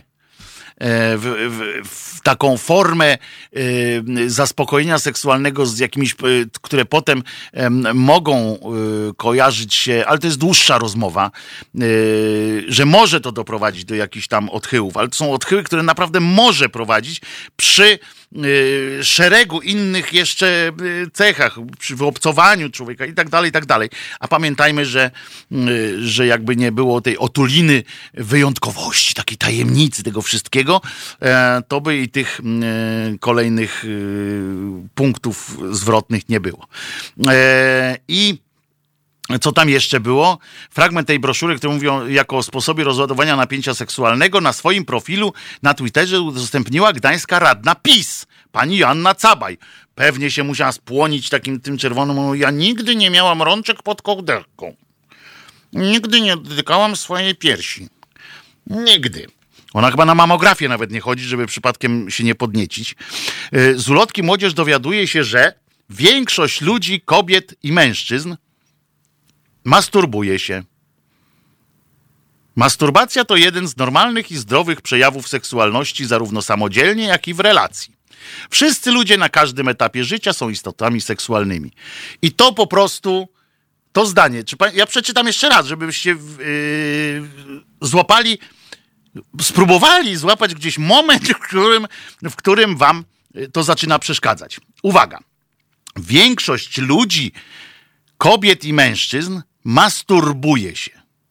w taką formę zaspokojenia seksualnego z jakimiś, które potem mogą kojarzyć się, ale to jest dłuższa rozmowa, że może to doprowadzić do jakichś tam odchyłów, ale to są odchyły, które naprawdę może prowadzić przy szeregu innych jeszcze cechach, przy wyobcowaniu człowieka i tak dalej, i tak dalej. A pamiętajmy, że jakby nie było tej otuliny wyjątkowości, takiej tajemnicy tego wszystkiego, to by i tych kolejnych punktów zwrotnych nie było. I co tam jeszcze było? Fragment tej broszury, który mówią jako o sposobie rozładowania napięcia seksualnego, na swoim profilu na Twitterze udostępniła gdańska radna PiS, pani Joanna Cabaj. Pewnie się musiała spłonić takim tym czerwonym. Ja nigdy nie miałam rączek pod kołderką. Nigdy nie dotykałam swojej piersi. Nigdy. Ona chyba na mamografię nawet nie chodzi, żeby przypadkiem się nie podniecić. Z ulotki młodzież dowiaduje się, że większość ludzi, kobiet i mężczyzn masturbuje się. Masturbacja to jeden z normalnych i zdrowych przejawów seksualności, zarówno samodzielnie, jak i w relacji. Wszyscy ludzie na każdym etapie życia są istotami seksualnymi. I to po prostu, to zdanie, ja przeczytam jeszcze raz, żebyście złapali, spróbowali złapać gdzieś moment, w którym wam to zaczyna przeszkadzać. Uwaga. Większość ludzi, kobiet i mężczyzn masturbuje się.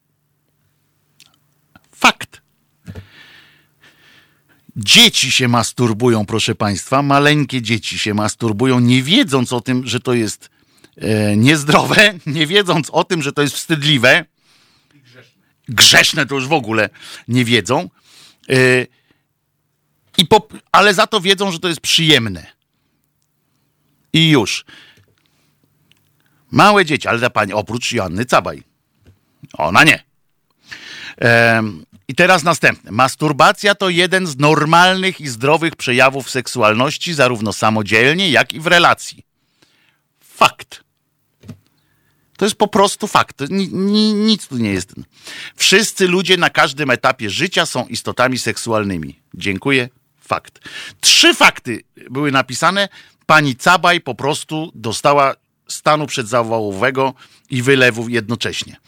Fakt. Dzieci się masturbują, proszę państwa. Maleńkie dzieci się masturbują, nie wiedząc o tym, że to jest niezdrowe, nie wiedząc o tym, że to jest wstydliwe. Grzeszne to już w ogóle nie wiedzą. Ale za to wiedzą, że to jest przyjemne. I już. Małe dzieci, ale ta pani, oprócz Joanny Cabaj. Ona nie. I teraz następne. Masturbacja to jeden z normalnych i zdrowych przejawów seksualności, zarówno samodzielnie, jak i w relacji. Fakt. To jest po prostu fakt. Nic tu nie jest. Wszyscy ludzie na każdym etapie życia są istotami seksualnymi. Dziękuję. Fakt. 3 fakty były napisane. Pani Cabaj po prostu dostała stanu przedzawałowego i wylewu jednocześnie.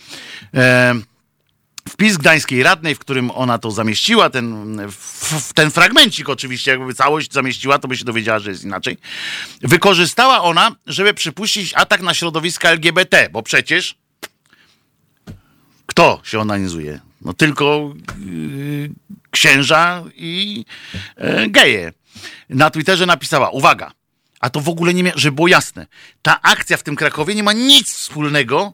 Wpis gdańskiej radnej, w którym ona to zamieściła, ten fragmencik oczywiście, jakby całość zamieściła, to by się dowiedziała, że jest inaczej. Wykorzystała ona, żeby przypuścić atak na środowiska LGBT, bo przecież kto się onanizuje? No tylko księża i geje. Na Twitterze napisała, uwaga, a to w ogóle nie żeby było jasne, ta akcja w tym Krakowie nie ma nic wspólnego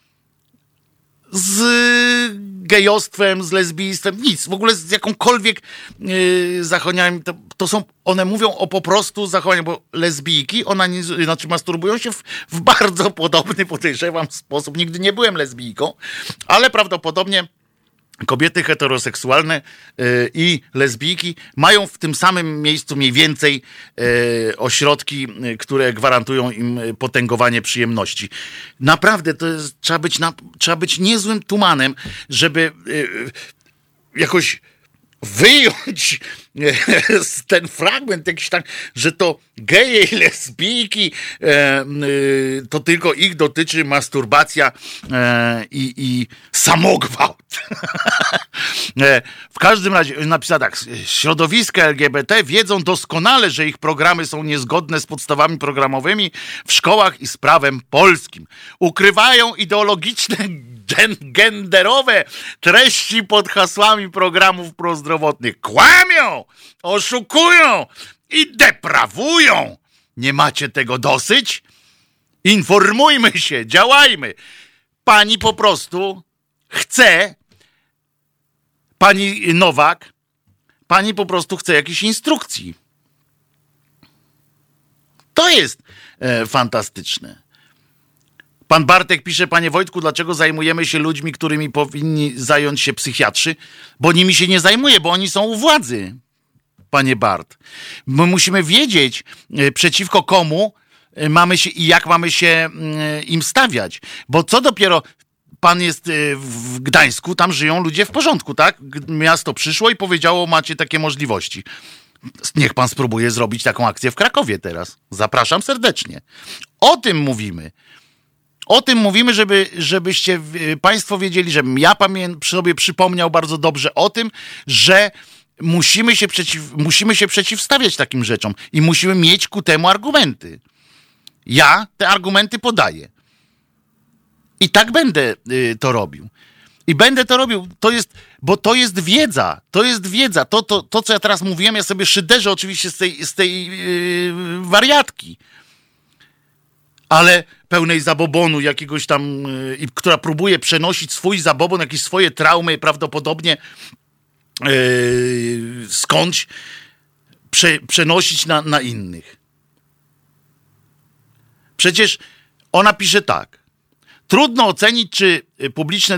z gejostwem, z lesbijstwem, nic, w ogóle z jakąkolwiek zachowaniami, to są, one mówią o po prostu zachowaniu, bo lesbijki, znaczy masturbują się w bardzo podobny, podejrzewam, sposób. Nigdy nie byłem lesbijką, ale prawdopodobnie kobiety heteroseksualne i lesbijki mają w tym samym miejscu mniej więcej ośrodki, które gwarantują im potęgowanie przyjemności. Naprawdę to jest, trzeba być niezłym tumanem, żeby jakoś wyjąć ten fragment jakiś tak, że to geje i lesbijki, to tylko ich dotyczy masturbacja i samogwałt. W każdym razie napisała tak, środowiska LGBT wiedzą doskonale, że ich programy są niezgodne z podstawami programowymi w szkołach i z prawem polskim. Ukrywają ideologiczne genderowe treści pod hasłami programów prozdrowotnych. Kłamią, oszukują i deprawują. Nie macie tego dosyć? Informujmy się, działajmy. Pani po prostu chce, pani Nowak, pani po prostu chce jakiejś instrukcji. To jest fantastyczne. Pan Bartek pisze, panie Wojtku, dlaczego zajmujemy się ludźmi, którymi powinni zająć się psychiatrzy? Bo nimi się nie zajmuje, bo oni są u władzy, panie Bart. My musimy wiedzieć, przeciwko komu mamy się i jak mamy się im stawiać. Bo co dopiero pan jest w Gdańsku, tam żyją ludzie w porządku, tak? Miasto przyszło i powiedziało, macie takie możliwości. Niech pan spróbuje zrobić taką akcję w Krakowie teraz. Zapraszam serdecznie. O tym mówimy. O tym mówimy, żebyście państwo wiedzieli, żebym ja sobie przypomniał bardzo dobrze o tym, że musimy się przeciwstawiać takim rzeczom i musimy mieć ku temu argumenty. Ja te argumenty podaję. I tak będę to robił. I będę to robił, bo to jest wiedza. To jest wiedza. To, co ja teraz mówiłem, ja sobie szyderzę oczywiście z tej wariatki. Ale pełnej zabobonu jakiegoś tam, która próbuje przenosić swój zabobon, jakieś swoje traumy prawdopodobnie skądś przenosić na innych. Przecież ona pisze tak. Trudno ocenić, czy publiczne,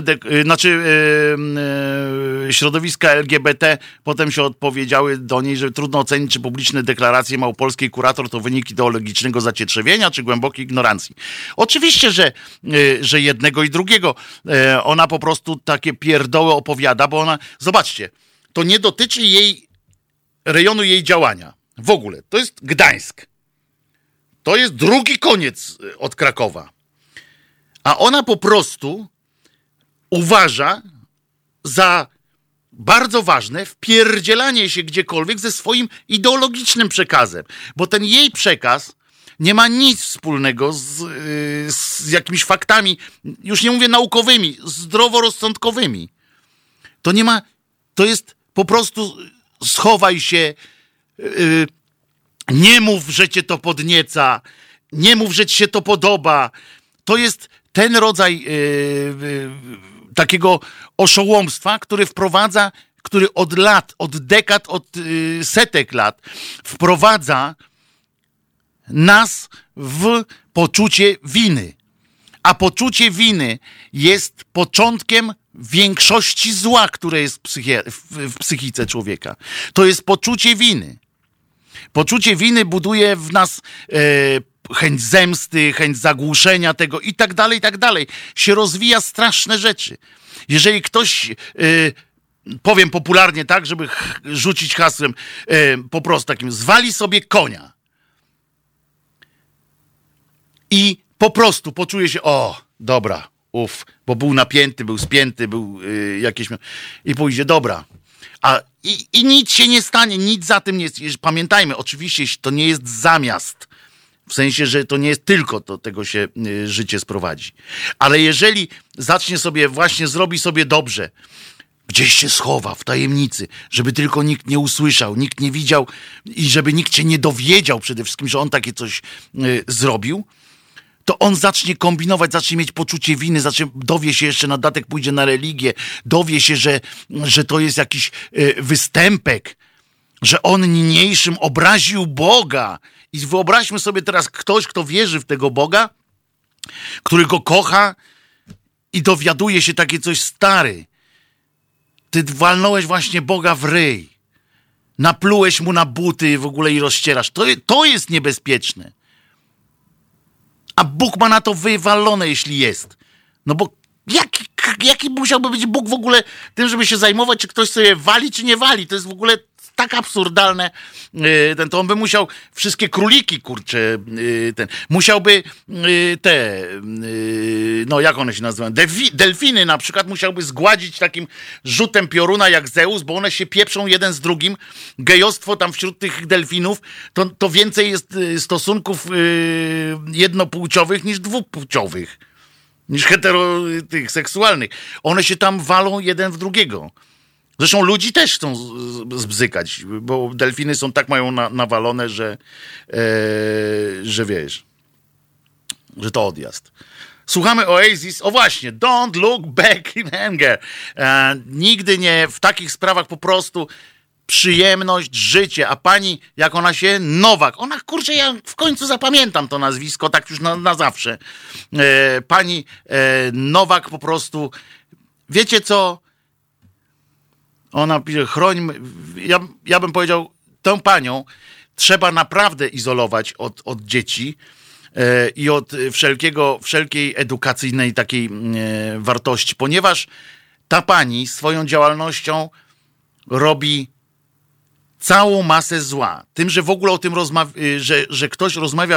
środowiska LGBT potem się odpowiedziały do niej, że trudno ocenić, czy publiczne deklaracje małopolskiej kurator to wynik ideologicznego zacietrzewienia, czy głębokiej ignorancji. Oczywiście, że jednego i drugiego. Ona po prostu takie pierdoły opowiada, bo ona, zobaczcie, to nie dotyczy rejonu jej działania. W ogóle. To jest Gdańsk. To jest drugi koniec od Krakowa. A ona po prostu uważa za bardzo ważne wpierdzielanie się gdziekolwiek ze swoim ideologicznym przekazem. Bo ten jej przekaz nie ma nic wspólnego z jakimiś faktami, już nie mówię naukowymi, zdroworozsądkowymi. To jest po prostu schowaj się, nie mów, że cię to podnieca, nie mów, że ci się to podoba. To jest ten rodzaj takiego oszołomstwa, który od lat, od dekad, od setek lat wprowadza nas w poczucie winy. A poczucie winy jest początkiem większości zła, które jest w psychice człowieka. To jest poczucie winy. Poczucie winy buduje w nas chęć zemsty, chęć zagłuszenia tego i tak dalej, się rozwija straszne rzeczy. Jeżeli ktoś, powiem popularnie tak, żeby rzucić hasłem po prostu takim, zwali sobie konia i po prostu poczuje się, o, dobra, bo był napięty, był spięty, był jakieś... i pójdzie, dobra. I nic się nie stanie, nic za tym nie jest. Pamiętajmy, oczywiście to nie jest zamiast. W sensie, że to nie jest tylko do tego się życie sprowadzi. Ale jeżeli zacznie sobie właśnie, zrobi sobie dobrze, gdzieś się schowa w tajemnicy, żeby tylko nikt nie usłyszał, nikt nie widział i żeby nikt się nie dowiedział przede wszystkim, że on takie coś zrobił, to on zacznie kombinować, zacznie mieć poczucie winy, dowie się jeszcze na dodatek, pójdzie na religię, dowie się, że to jest jakiś występek, że on niniejszym obraził Boga. I wyobraźmy sobie teraz ktoś, kto wierzy w tego Boga, który go kocha i dowiaduje się takie coś, stary. Ty walnąłeś właśnie Boga w ryj. Naplułeś mu na buty w ogóle i rozcierasz. To jest niebezpieczne. A Bóg ma na to wywalone, jeśli jest. No bo jaki musiałby być Bóg w ogóle tym, żeby się zajmować, czy ktoś sobie wali, czy nie wali. To jest w ogóle tak absurdalne. To on by musiał wszystkie króliki, kurcze, musiałby no jak one się nazywają, delfiny na przykład musiałby zgładzić takim rzutem pioruna jak Zeus, bo one się pieprzą jeden z drugim. Gejostwo tam wśród tych delfinów, to więcej jest stosunków jednopłciowych niż dwupłciowych. Niż tych seksualnych. One się tam walą jeden w drugiego. Zresztą ludzi też chcą zbzykać, bo delfiny są tak mają nawalone, że wiesz, że to odjazd. Słuchamy Oasis, o właśnie, don't look back in anger. Nigdy nie, w takich sprawach po prostu przyjemność, życie, a pani, jak ona się, Nowak, ona, kurczę, ja w końcu zapamiętam to nazwisko, tak już na zawsze. Pani Nowak po prostu, wiecie co, ona pisze, chrońmy, ja bym powiedział, tę panią trzeba naprawdę izolować od dzieci i od wszelkiej edukacyjnej takiej wartości, ponieważ ta pani swoją działalnością robi całą masę zła. Tym, że w ogóle o tym że ktoś rozmawia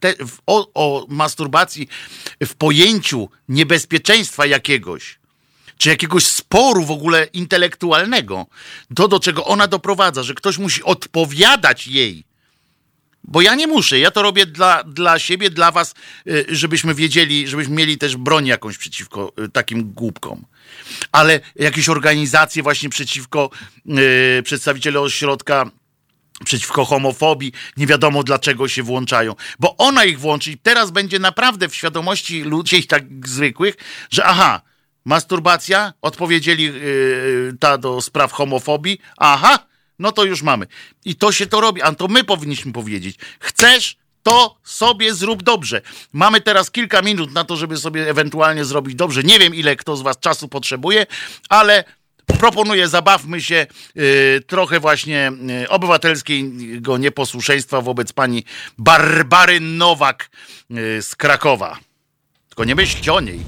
o masturbacji w pojęciu niebezpieczeństwa jakiegoś, czy jakiegoś sporu w ogóle intelektualnego, to do czego ona doprowadza, że ktoś musi odpowiadać jej. Bo ja nie muszę, ja to robię dla siebie, dla was, żebyśmy wiedzieli, żebyśmy mieli też broń jakąś przeciwko takim głupkom. Ale jakieś organizacje właśnie przeciwko przedstawiciele ośrodka, przeciwko homofobii, nie wiadomo dlaczego się włączają. Bo ona ich włączy i teraz będzie naprawdę w świadomości ludzi tak zwykłych, że aha, masturbacja, odpowiedzieli ta do spraw homofobii, aha, no to już mamy. I to się to robi, a to my powinniśmy powiedzieć. Chcesz, to sobie zrób dobrze. Mamy teraz kilka minut na to, żeby sobie ewentualnie zrobić dobrze. Nie wiem, ile kto z was czasu potrzebuje, ale proponuję, zabawmy się trochę właśnie obywatelskiego nieposłuszeństwa wobec pani Barbary Nowak z Krakowa. Tylko nie myślcie o niej.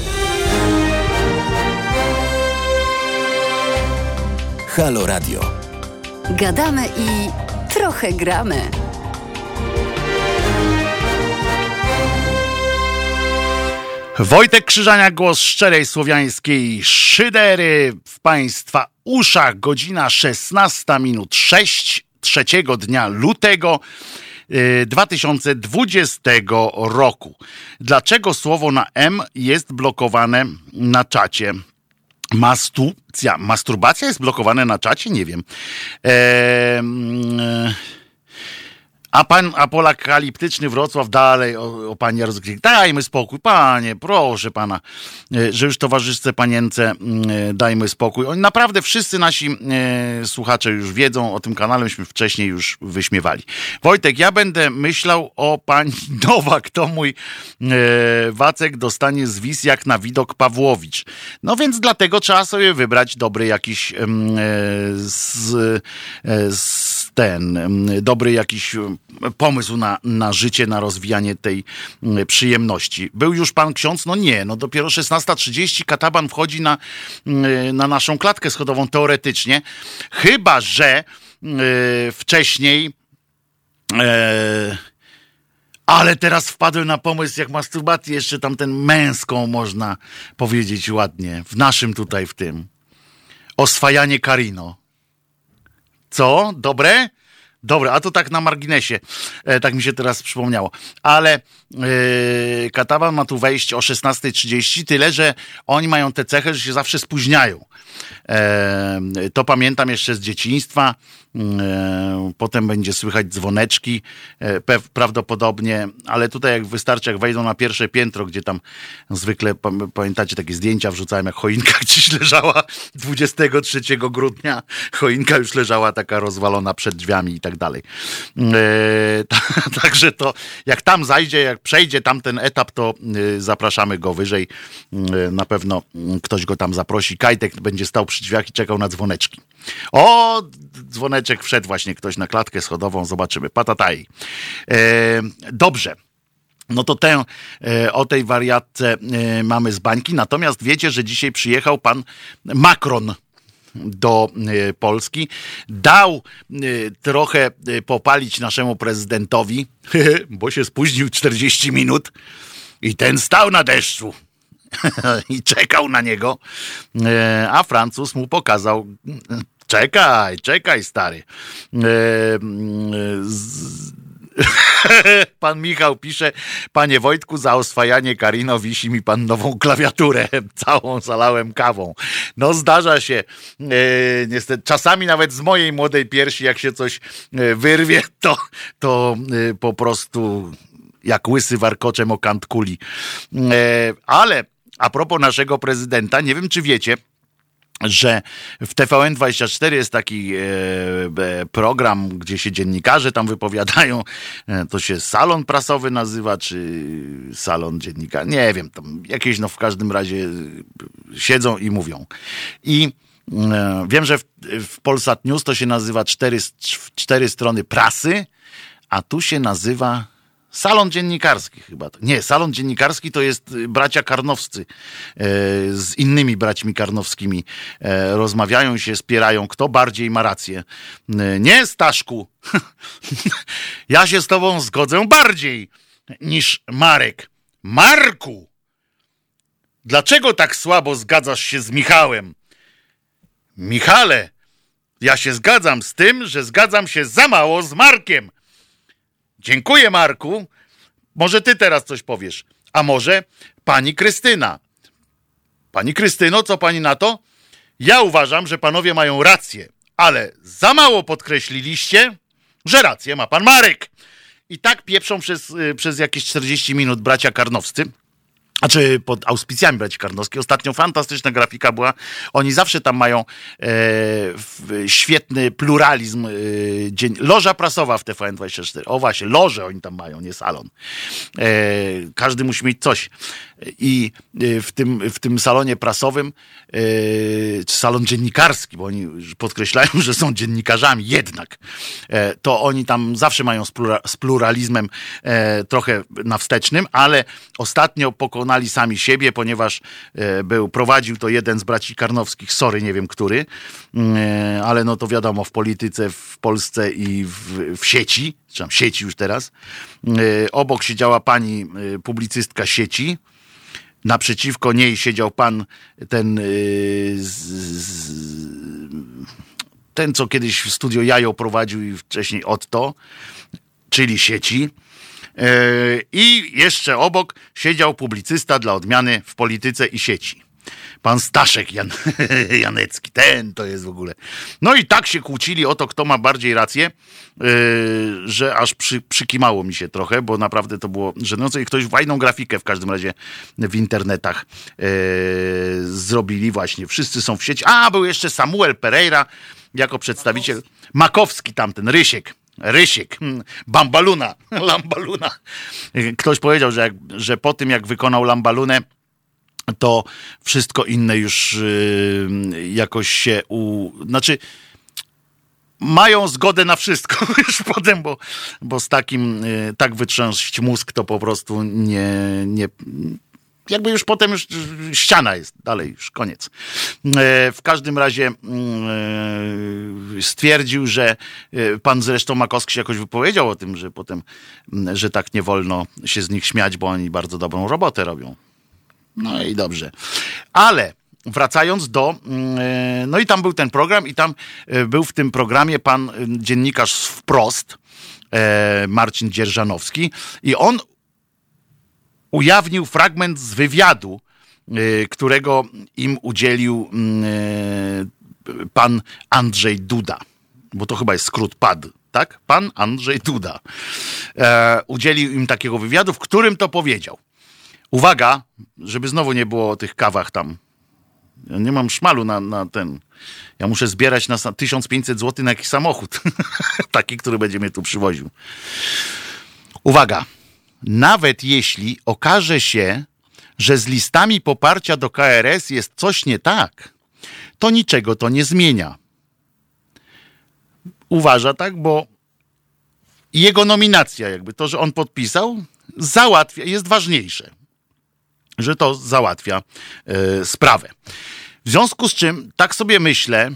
Halo Radio. Gadamy i trochę gramy. Wojtek Krzyżania, głos szczerej słowiańskiej szydery w państwa uszach. Godzina 16 minut 6 trzeciego dnia lutego 2020 roku. Dlaczego słowo na M jest blokowane na czacie? Masturbacja jest blokowane na czacie? Nie wiem. Apolakaliptyczny Wrocław dalej o pani Jarosławie. Dajmy spokój, panie, proszę pana, że już towarzyszce panience dajmy spokój. Oni naprawdę wszyscy nasi słuchacze już wiedzą o tym kanale, myśmy wcześniej już wyśmiewali. Wojtek, ja będę myślał o pani Nowak, to mój Wacek dostanie zwis jak na widok Pawłowicz. No więc dlatego trzeba sobie wybrać dobry jakiś dobry jakiś pomysł na życie, na rozwijanie tej przyjemności. Był już pan ksiądz? No nie, no dopiero 16:30 kataban wchodzi na naszą klatkę schodową teoretycznie, chyba że wcześniej ale teraz wpadłem na pomysł, jak masturbację jeszcze tamten męską można powiedzieć ładnie, w naszym tutaj w tym oswajanie Karino. Co? Dobre? Dobre, a to tak na marginesie. Tak mi się teraz przypomniało. Ale kataban ma tu wejść o 16:30, tyle, że oni mają tę cechę, że się zawsze spóźniają. To pamiętam jeszcze z dzieciństwa. Potem będzie słychać dzwoneczki prawdopodobnie, ale tutaj jak wystarczy, jak wejdą na pierwsze piętro, gdzie tam zwykle, pamiętacie, takie zdjęcia wrzucałem, jak choinka gdzieś leżała 23 grudnia, choinka już leżała taka rozwalona przed drzwiami i tak dalej. Także to jak tam zajdzie, jak przejdzie tamten etap, to zapraszamy go wyżej. Na pewno ktoś go tam zaprosi. Kajtek będzie stał przy drzwiach i czekał na dzwoneczki. O, dzwoneczek wszedł właśnie ktoś na klatkę schodową, zobaczymy. Patataj. Dobrze. No to o tej wariatce mamy z bańki. Natomiast wiecie, że dzisiaj przyjechał pan Macron do Polski. Dał trochę popalić naszemu prezydentowi, bo się spóźnił 40 minut i ten stał na deszczu i czekał na niego, a Francuz mu pokazał: czekaj stary. Pan Michał pisze: panie Wojtku, za oswajanie Karino wisi mi pan nową klawiaturę. Całą zalałem kawą. No zdarza się. Niestety, czasami nawet z mojej młodej piersi, jak się coś wyrwie, to po prostu jak łysy warkoczem o kant kuli. Ale a propos naszego prezydenta, nie wiem, czy wiecie, że w TVN24 jest taki program, gdzie się dziennikarze tam wypowiadają. To się salon prasowy nazywa, czy salon dziennikarzy. Nie wiem, tam jakieś, no w każdym razie siedzą i mówią. I wiem, że w Polsat News to się nazywa cztery strony prasy, a tu się nazywa salon dziennikarski chyba. Nie, salon dziennikarski to jest bracia Karnowscy. Z innymi braćmi karnowskimi rozmawiają się, spierają, kto bardziej ma rację. Nie, Staszku. Ja się z tobą zgodzę bardziej niż Marek. Marku! dlaczego tak słabo zgadzasz się z Michałem? Michale, ja się zgadzam z tym, że zgadzam się za mało z Markiem. Dziękuję, Marku. Może ty teraz coś powiesz. A może pani Krystyna? Pani Krystyno, co pani na to? Ja uważam, że panowie mają rację, ale za mało podkreśliliście, że rację ma pan Marek. I tak pieprzą przez jakieś 40 minut bracia Karnowscy. Znaczy pod auspicjami braci Karnowskich. Ostatnio fantastyczna grafika była. Oni zawsze tam mają świetny pluralizm. Loża prasowa w TVN24. O właśnie, lożę oni tam mają, nie salon. Każdy musi mieć coś. I w tym salonie prasowym, salon dziennikarski, bo oni podkreślają, że są dziennikarzami jednak, to oni tam zawsze mają z pluralizmem trochę na wstecznym, ale ostatnio pokonali sami siebie, ponieważ prowadził to jeden z braci Karnowskich, sorry, nie wiem który, ale no to wiadomo, w polityce w Polsce i w sieci, czy tam sieci już teraz, obok siedziała pani publicystka sieci, naprzeciwko niej siedział pan ten, co kiedyś w Studio Jajo prowadził i wcześniej Otto, czyli sieci. I jeszcze obok siedział publicysta dla odmiany w polityce i sieci. Pan Staszek Janecki, ten to jest w ogóle. No i tak się kłócili o to, kto ma bardziej rację, że aż przykimało mi się trochę, bo naprawdę to było żenujące i ktoś fajną grafikę w każdym razie w internetach zrobili właśnie. Wszyscy są w sieci. A, był jeszcze Samuel Pereira jako przedstawiciel. Makowski tamten, Rysiek, Bambaluna, Lambaluna. Ktoś powiedział, że po tym jak wykonał Lambalunę, to wszystko inne już jakoś się znaczy mają zgodę na wszystko już potem, bo z takim tak wytrząść mózg to po prostu nie jakby już potem już ściana jest, dalej już koniec. W każdym razie stwierdził, że pan zresztą Makowski się jakoś wypowiedział o tym, że potem, że tak nie wolno się z nich śmiać, bo oni bardzo dobrą robotę robią. No i dobrze. Ale wracając no i tam był ten program i tam był w tym programie pan dziennikarz z Wprost, Marcin Dzierżanowski i on ujawnił fragment z wywiadu, którego im udzielił pan Andrzej Duda, bo to chyba jest skrót PAD, tak? Pan Andrzej Duda. Udzielił im takiego wywiadu, w którym to powiedział. Uwaga, żeby znowu nie było o tych kawach tam. Ja nie mam szmalu na ten. Ja muszę zbierać na 1500 zł na jakiś samochód. Taki, który będzie mnie tu przywoził. Uwaga. Nawet jeśli okaże się, że z listami poparcia do KRS jest coś nie tak, to niczego to nie zmienia. Uważa tak, bo jego nominacja, jakby to, że on podpisał, załatwia, jest ważniejsze. Że to załatwia sprawę. W związku z czym tak sobie myślę,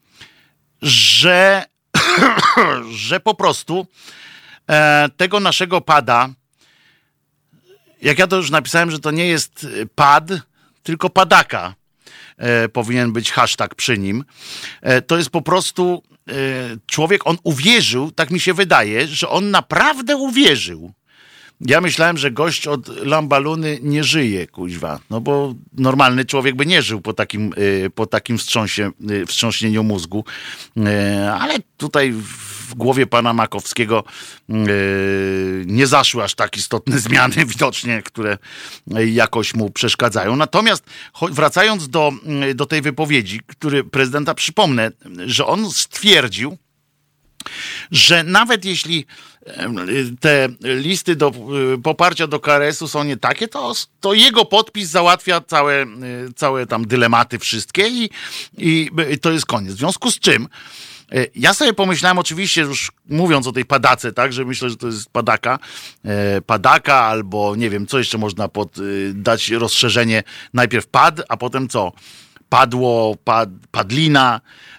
że po prostu tego naszego pada, jak ja to już napisałem, że to nie jest pad, tylko padaka, powinien być hashtag przy nim, to jest po prostu człowiek, on uwierzył, tak mi się wydaje, że on naprawdę uwierzył. Ja myślałem, że gość od Lambaluny nie żyje, kuźwa. No bo normalny człowiek by nie żył po takim wstrząśnieniu mózgu. Ale tutaj w głowie pana Makowskiego nie zaszły aż tak istotne zmiany widocznie, które jakoś mu przeszkadzają. Natomiast wracając do tej wypowiedzi, który prezydenta, przypomnę, że on stwierdził, że nawet jeśli te listy do poparcia do KRS-u są nie takie, to jego podpis załatwia całe tam dylematy wszystkie i to jest koniec. W związku z czym ja sobie pomyślałem, oczywiście już mówiąc o tej padace, tak, że myślę, że to jest padaka albo nie wiem, co jeszcze można dać rozszerzenie, najpierw pad, a potem co? Padło, padlina,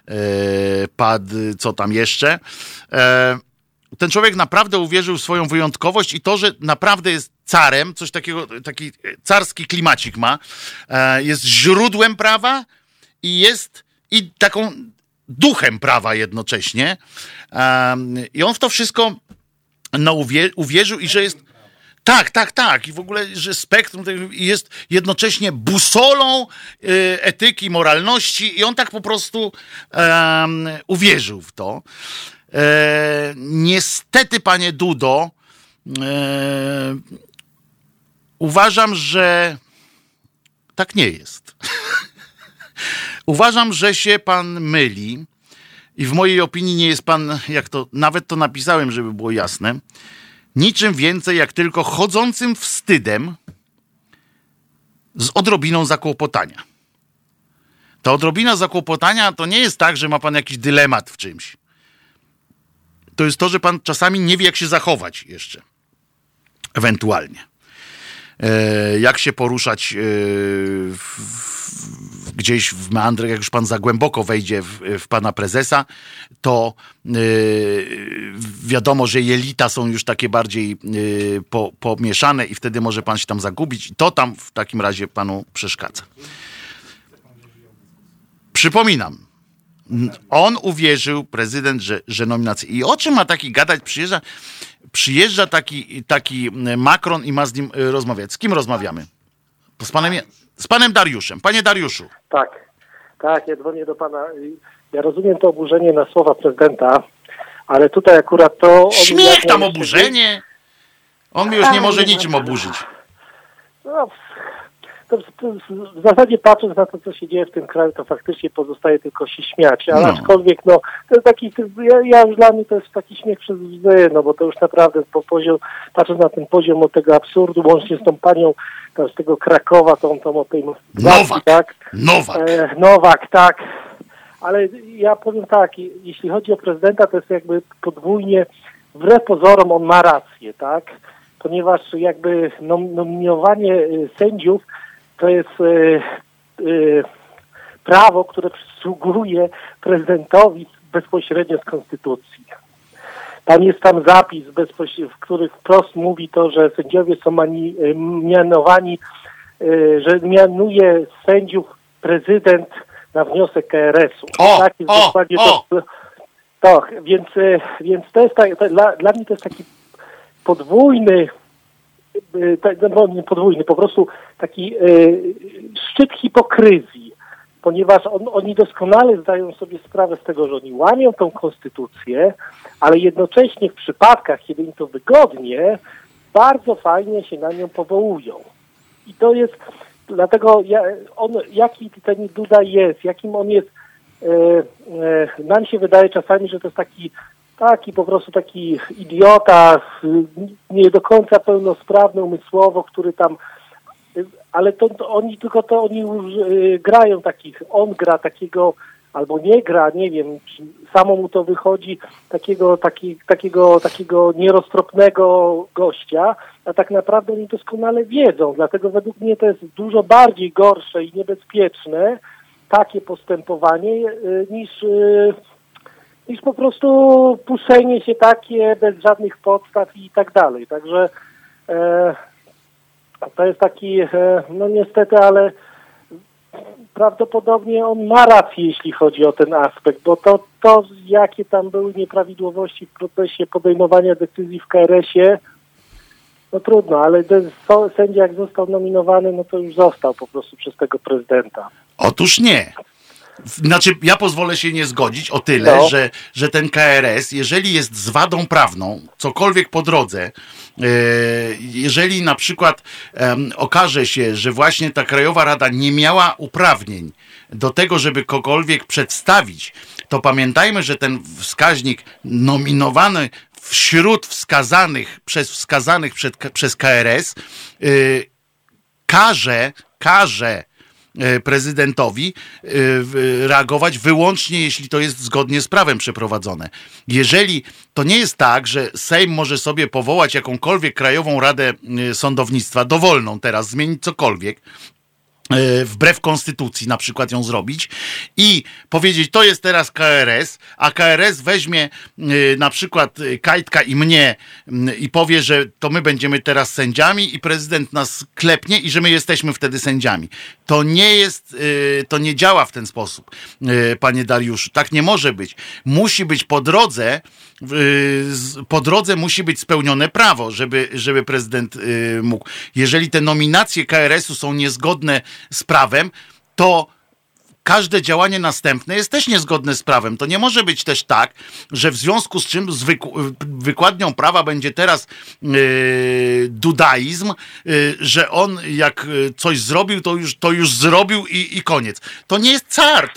co tam jeszcze. Ten człowiek naprawdę uwierzył w swoją wyjątkowość i to, że naprawdę jest carem, coś takiego, taki carski klimacik ma, jest źródłem prawa i taką duchem prawa jednocześnie. I on w to wszystko uwierzył i że jest tak. I w ogóle, że spektrum jest jednocześnie busolą etyki, moralności i on tak po prostu uwierzył w to. Niestety, panie Dudo, uważam, że tak nie jest. Uważam, że się pan myli i w mojej opinii nie jest pan, nawet to napisałem, żeby było jasne, niczym więcej jak tylko chodzącym wstydem z odrobiną zakłopotania. Ta odrobina zakłopotania to nie jest tak, że ma pan jakiś dylemat w czymś. To jest to, że pan czasami nie wie, jak się zachować jeszcze. Ewentualnie. Jak się poruszać gdzieś w meandrach, jak już pan za głęboko wejdzie w pana prezesa, to wiadomo, że jelita są już takie bardziej pomieszane i wtedy może pan się tam zagubić i to tam w takim razie panu przeszkadza. Przypominam, on uwierzył, prezydent, że nominacje. I o czym ma taki gadać? Przyjeżdża taki Macron i ma z nim rozmawiać. Z kim rozmawiamy? Z panem Dariuszem. Panie Dariuszu. Tak, ja dzwonię do pana. Ja rozumiem to oburzenie na słowa prezydenta, ale tutaj akurat to... Śmiech tam, oburzenie. On mnie już nie może niczym oburzyć. No, to w zasadzie patrząc na to, co się dzieje w tym kraju, to faktycznie pozostaje tylko się śmiać, ale aczkolwiek, to jest taki, ja już dla mnie to jest taki śmiech przez łzy, bo to już naprawdę patrząc na ten poziom od tego absurdu, łącznie z tą panią z tego Krakowa, tą o tej Nowak, tak? Nowak, tak. Ale ja powiem tak, jeśli chodzi o prezydenta, to jest jakby podwójnie, wbrew pozorom on ma rację, tak? Ponieważ jakby nominowanie sędziów to jest prawo, które przysługuje prezydentowi bezpośrednio z konstytucji. Jest tam zapis, w których wprost mówi to, że sędziowie są mianowani, że mianuje sędziów prezydent na wniosek KRS-u. Tak jest dokładnie to. Więc to jest dla mnie to jest taki podwójny, po prostu taki szczyt hipokryzji, ponieważ oni doskonale zdają sobie sprawę z tego, że oni łamią tą konstytucję, ale jednocześnie w przypadkach, kiedy im to wygodnie, bardzo fajnie się na nią powołują. I to jest, dlatego jaki ten Duda jest, jakim on jest, nam się wydaje czasami, że to jest taki po prostu taki idiota, nie do końca pełnosprawny umysłowo, który tam, ale oni grają takich, on gra takiego, albo nie gra, nie wiem, samo mu to wychodzi, takiego nieroztropnego gościa, a tak naprawdę oni doskonale wiedzą, dlatego według mnie to jest dużo bardziej gorsze i niebezpieczne takie postępowanie niż po prostu puszczenie się takie bez żadnych podstaw i tak dalej. Także to jest taki, niestety, ale prawdopodobnie on ma rację, jeśli chodzi o ten aspekt, bo to jakie tam były nieprawidłowości w procesie podejmowania decyzji w KRS-ie, trudno, ale ten sędzia jak został nominowany, to już został po prostu przez tego prezydenta. Otóż nie. Znaczy, ja pozwolę się nie zgodzić o tyle, że ten KRS, jeżeli jest z wadą prawną, cokolwiek po drodze, jeżeli na przykład okaże się, że właśnie ta Krajowa Rada nie miała uprawnień do tego, żeby kogokolwiek przedstawić, to pamiętajmy, że ten wskaźnik nominowany wśród wskazanych przez KRS każe prezydentowi reagować wyłącznie, jeśli to jest zgodnie z prawem przeprowadzone. Jeżeli to nie jest tak, że Sejm może sobie powołać jakąkolwiek Krajową Radę Sądownictwa, dowolną teraz, zmienić cokolwiek, wbrew konstytucji na przykład ją zrobić i powiedzieć, to jest teraz KRS, a KRS weźmie na przykład Kajtka i mnie i powie, że to my będziemy teraz sędziami i prezydent nas klepnie i że my jesteśmy wtedy sędziami. To nie jest, to nie działa w ten sposób, panie Dariuszu. Tak nie może być. Musi być po drodze musi być spełnione prawo, żeby prezydent mógł. Jeżeli te nominacje KRS-u są niezgodne z prawem, to każde działanie następne jest też niezgodne z prawem. To nie może być też tak, że w związku z czym wykładnią prawa będzie teraz dudaizm, że on jak coś zrobił, to już zrobił i koniec. To nie jest car,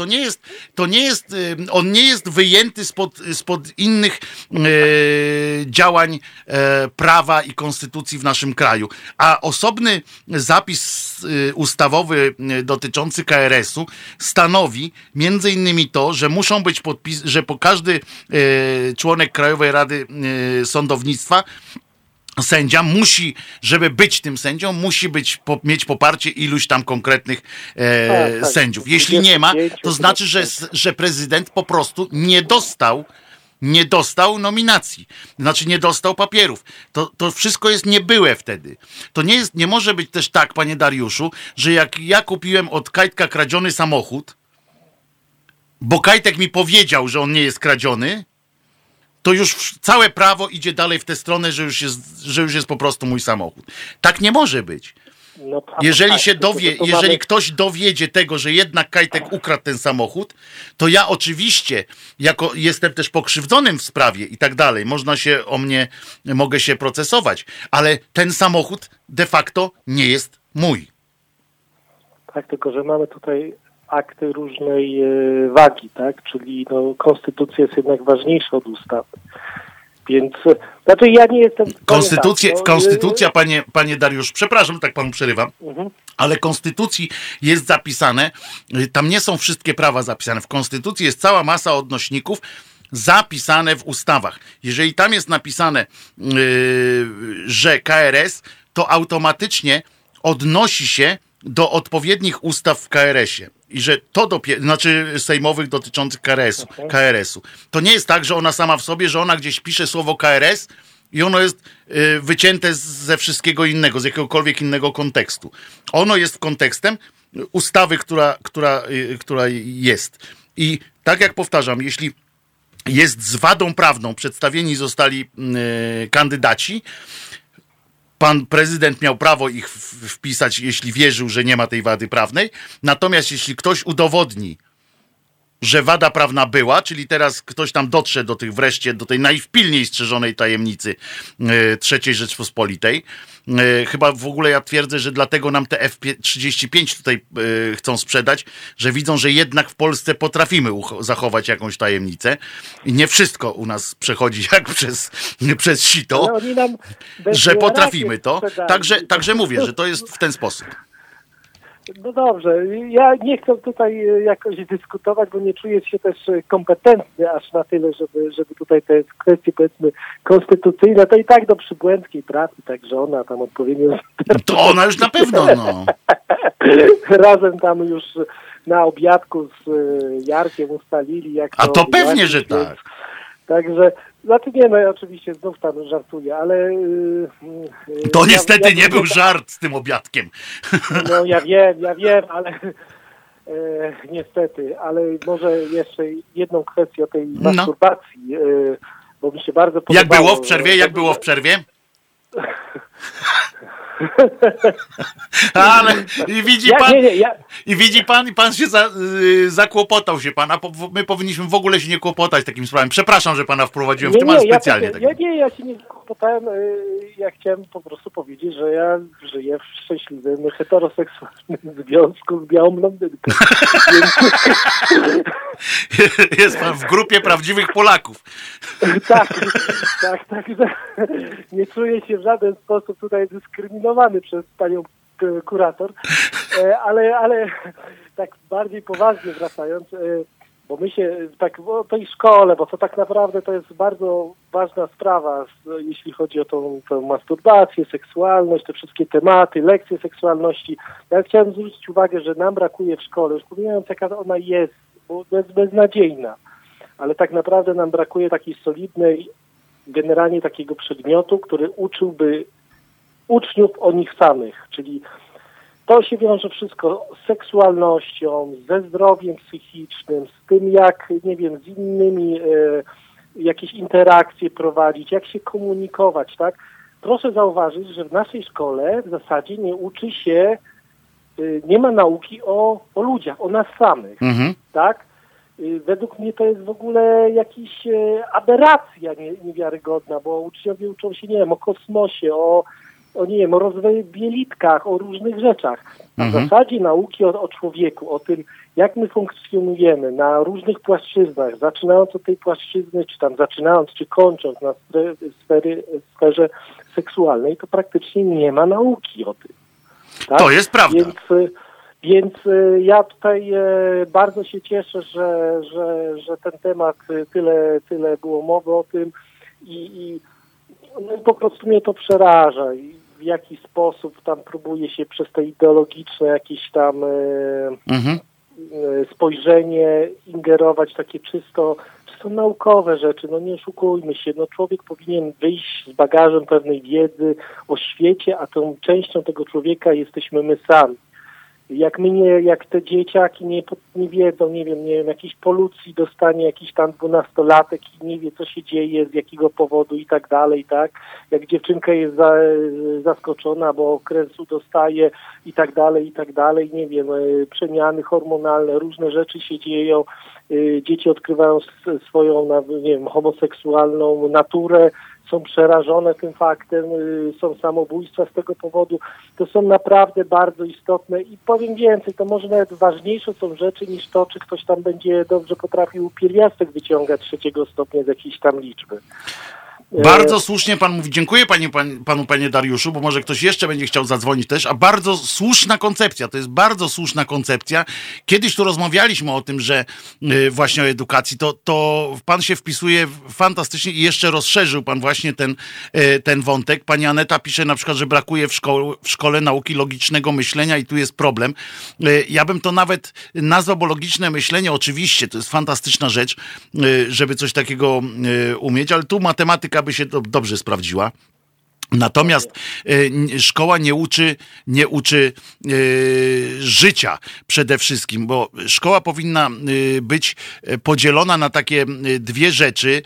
on nie jest wyjęty spod innych działań prawa i konstytucji w naszym kraju. A osobny zapis ustawowy dotyczący KRS-u stanowi między innymi to, że muszą być że po każdy członek Krajowej Rady Sądownictwa sędzia musi, żeby być tym sędzią, musi mieć poparcie iluś tam konkretnych sędziów. Jeśli nie ma, to znaczy, że prezydent po prostu nie dostał nominacji. Znaczy nie dostał papierów. To wszystko jest niebyłe wtedy. To nie może być też tak, panie Dariuszu, że jak ja kupiłem od Kajtka kradziony samochód, bo Kajtek mi powiedział, że on nie jest kradziony, to już całe prawo idzie dalej w tę stronę, że już jest po prostu mój samochód. Tak nie może być. No, jeżeli ktoś dowiedzie tego, że jednak Kajtek ukradł ten samochód, to ja oczywiście jestem też pokrzywdzonym w sprawie i tak dalej. Mogę się procesować, ale ten samochód de facto nie jest mój. Tak, tylko że mamy tutaj akty różnej wagi, tak? Czyli konstytucja jest jednak ważniejsza od ustawy. Więc, znaczy ja nie jestem... Konstytucja, panie Dariusz, przepraszam, tak panu przerywam, ale w konstytucji jest zapisane, tam nie są wszystkie prawa zapisane, w konstytucji jest cała masa odnośników zapisane w ustawach. Jeżeli tam jest napisane, że KRS, to automatycznie odnosi się do odpowiednich ustaw w KRS-ie. I że to sejmowych dotyczących KRS-u. To nie jest tak, że ona sama w sobie, że ona gdzieś pisze słowo KRS i ono jest wycięte ze wszystkiego innego, z jakiegokolwiek innego kontekstu. Ono jest kontekstem ustawy, która jest. I tak jak powtarzam, jeśli jest z wadą prawną, przedstawieni zostali kandydaci, pan prezydent miał prawo ich wpisać, jeśli wierzył, że nie ma tej wady prawnej. Natomiast jeśli ktoś udowodni, że wada prawna była, czyli teraz ktoś tam dotrze do tej najpilniej strzeżonej tajemnicy III Rzeczpospolitej. Chyba w ogóle ja twierdzę, że dlatego nam te F-35 tutaj chcą sprzedać, że widzą, że jednak w Polsce potrafimy zachować jakąś tajemnicę i nie wszystko u nas przechodzi jak przez sito, że potrafimy to. Także mówię, że to jest w ten sposób. No dobrze, ja nie chcę tutaj jakoś dyskutować, bo nie czuję się też kompetentny aż na tyle, żeby tutaj te kwestie, powiedzmy, konstytucyjne, to i tak do Przybłęckiej trafi, także ona tam odpowiednio... To ona już na pewno, no. Razem tam już na obiadku z Jarkiem ustalili, jak to... A to pewnie, że tak. Także... Znaczy nie, ja oczywiście znów tam żartuję, ale... To niestety nie był żart z tym obiadkiem. No ja wiem, ale niestety, ale może jeszcze jedną kwestię o tej masturbacji, bo mi się bardzo podobało. Jak było w przerwie? Ale widzi pan, i pan się zakłopotał się pan, a my powinniśmy w ogóle się nie kłopotać takim sprawem. Przepraszam, że pana wprowadziłem w tym, ale specjalnie. Ja się nie zakłopotałem. Ja chciałem po prostu powiedzieć, że ja żyję w szczęśliwym, heteroseksualnym związku z białą blondynką. Jest pan w grupie prawdziwych Polaków. Tak, także nie czuję się w żaden sposób tutaj dyskryminowany przez panią kurator, ale tak bardziej poważnie wracając, Bo my się tak o tej szkole, bo to tak naprawdę to jest bardzo ważna sprawa, jeśli chodzi o tą masturbację, seksualność, te wszystkie tematy, lekcje seksualności. Ja chciałem zwrócić uwagę, że nam brakuje w szkole, już pomijając jaka ona jest, bo jest beznadziejna, ale tak naprawdę nam brakuje takiej solidnej, generalnie takiego przedmiotu, który uczyłby uczniów o nich samych, czyli to się wiąże wszystko z seksualnością, ze zdrowiem psychicznym, z tym jak, nie wiem, z innymi jakieś interakcje prowadzić, jak się komunikować, tak? Proszę zauważyć, że w naszej szkole w zasadzie nie uczy się, nie ma nauki o ludziach, o nas samych, tak? Według mnie to jest w ogóle jakaś aberracja niewiarygodna, bo uczniowie uczą się, nie wiem, o kosmosie, o nie wiem, o rozbielitkach, o różnych rzeczach. A w zasadzie nauki o człowieku, o tym, jak my funkcjonujemy na różnych płaszczyznach, zaczynając od tej płaszczyzny, czy kończąc na sferze seksualnej, to praktycznie nie ma nauki o tym. Tak? To jest prawda. Więc ja tutaj bardzo się cieszę, że ten temat, tyle było mowy o tym i po prostu mnie to przeraża i w jaki sposób tam próbuje się przez te ideologiczne jakieś tam spojrzenie ingerować takie czysto naukowe rzeczy. No nie oszukujmy się, no człowiek powinien wyjść z bagażem pewnej wiedzy o świecie, a tą częścią tego człowieka jesteśmy my sami. Jak te dzieciaki nie wiedzą, nie wiem, jakiejś polucji dostanie jakiś tam 12-latek i nie wie, co się dzieje, z jakiego powodu i tak dalej, tak? Jak dziewczynka jest zaskoczona, bo okresu dostaje i tak dalej, nie wiem, przemiany hormonalne, różne rzeczy się dzieją, dzieci odkrywają swoją, nie wiem, homoseksualną naturę, są przerażone tym faktem, są samobójstwa z tego powodu. To są naprawdę bardzo istotne i powiem więcej, to może nawet ważniejsze są rzeczy niż to, czy ktoś tam będzie dobrze potrafił pierwiastek wyciągać 3. stopnia z jakiejś tam liczby. Bardzo słusznie pan mówi. Dziękuję panu, panie Dariuszu, bo może ktoś jeszcze będzie chciał zadzwonić też, a bardzo słuszna koncepcja, to jest bardzo słuszna koncepcja. Kiedyś tu rozmawialiśmy o tym, że właśnie o edukacji, to pan się wpisuje fantastycznie i jeszcze rozszerzył pan właśnie ten wątek. Pani Aneta pisze na przykład, że brakuje w szkole nauki logicznego myślenia i tu jest problem. Ja bym to nawet nazwał, bo logiczne myślenie oczywiście to jest fantastyczna rzecz, żeby coś takiego umieć, ale tu matematyka by się dobrze sprawdziła. Natomiast szkoła nie uczy życia przede wszystkim, bo szkoła powinna być podzielona na takie dwie rzeczy,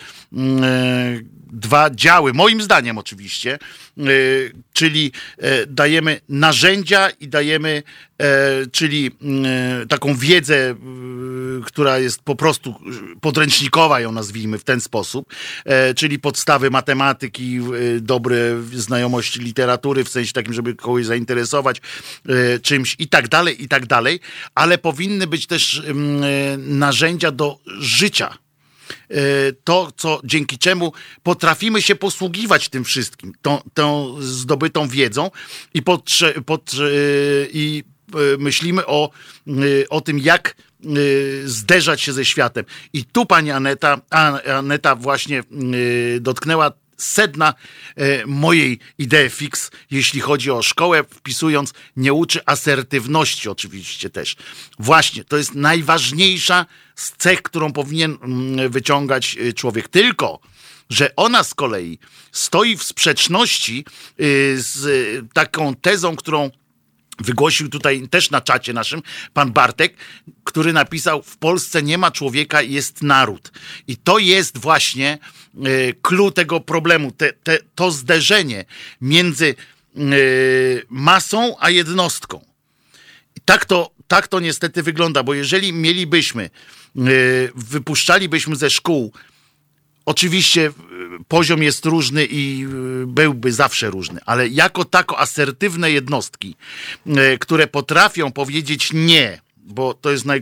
dwa działy, moim zdaniem oczywiście, czyli dajemy narzędzia i dajemy, czyli taką wiedzę, która jest po prostu podręcznikowa, ją nazwijmy w ten sposób, czyli podstawy matematyki, dobre znajomości literatury, w sensie takim, żeby kogoś zainteresować czymś i tak dalej, ale powinny być też narzędzia do życia. To, dzięki czemu potrafimy się posługiwać tym wszystkim, tą zdobytą wiedzą i myślimy o tym, jak zderzać się ze światem. I tu pani Aneta właśnie dotknęła sedna mojej idei fix, jeśli chodzi o szkołę, wpisując, nie uczy asertywności oczywiście też. Właśnie, to jest najważniejsza z cech, którą powinien wyciągać człowiek. Tylko, że ona z kolei stoi w sprzeczności z taką tezą, którą wygłosił tutaj też na czacie naszym pan Bartek, który napisał: w Polsce nie ma człowieka, jest naród. I to jest właśnie clou tego problemu, to zderzenie między masą a jednostką. I tak to niestety wygląda, bo jeżeli wypuszczalibyśmy ze szkół, oczywiście poziom jest różny i byłby zawsze różny, ale jako tako asertywne jednostki, które potrafią powiedzieć nie, bo to jest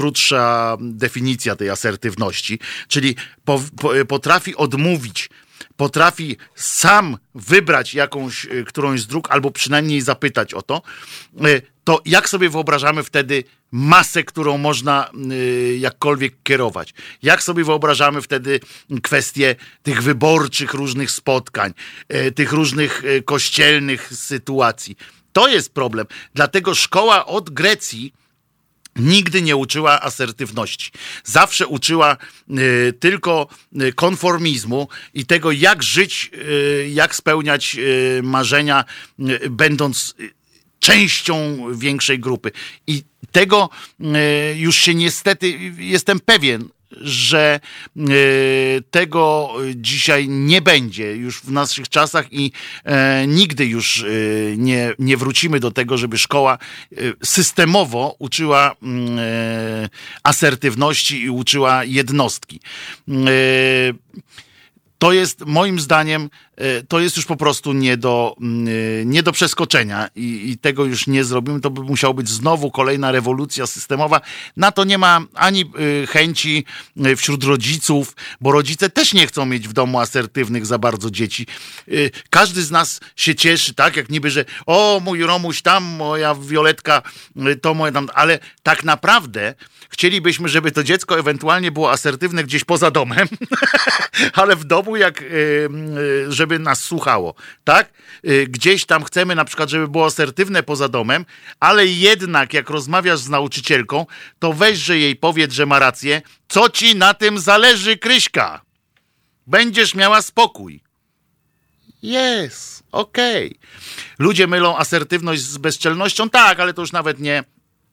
najkrótsza definicja tej asertywności, czyli potrafi odmówić potrafi sam wybrać którąś z dróg, albo przynajmniej zapytać o to, to jak sobie wyobrażamy wtedy masę, którą można jakkolwiek kierować? Jak sobie wyobrażamy wtedy kwestie tych wyborczych różnych spotkań, tych różnych kościelnych sytuacji? To jest problem. Dlatego szkoła od Grecji nigdy nie uczyła asertywności. Zawsze uczyła tylko konformizmu i tego, jak żyć, jak spełniać marzenia, będąc częścią większej grupy. I tego już się niestety, jestem pewien, że tego dzisiaj nie będzie już w naszych czasach i nigdy już nie wrócimy do tego, żeby szkoła systemowo uczyła asertywności i uczyła jednostki. To jest moim zdaniem, to jest już po prostu nie do przeskoczenia i tego już nie zrobimy. To by musiała być znowu kolejna rewolucja systemowa. Na to nie ma ani chęci wśród rodziców, bo rodzice też nie chcą mieć w domu asertywnych za bardzo dzieci. Każdy z nas się cieszy, tak, jak niby, że o, mój Romuś tam, moja Violetka, to moje tam, ale tak naprawdę chcielibyśmy, żeby to dziecko ewentualnie było asertywne gdzieś poza domem, ale w domu żeby nas słuchało, tak? Gdzieś tam chcemy na przykład, żeby było asertywne poza domem, ale jednak jak rozmawiasz z nauczycielką, to weź, że jej powiedz, że ma rację. Co ci na tym zależy, Kryśka? Będziesz miała spokój. Jest, okej. Ludzie mylą asertywność z bezczelnością, tak, ale to już nawet nie...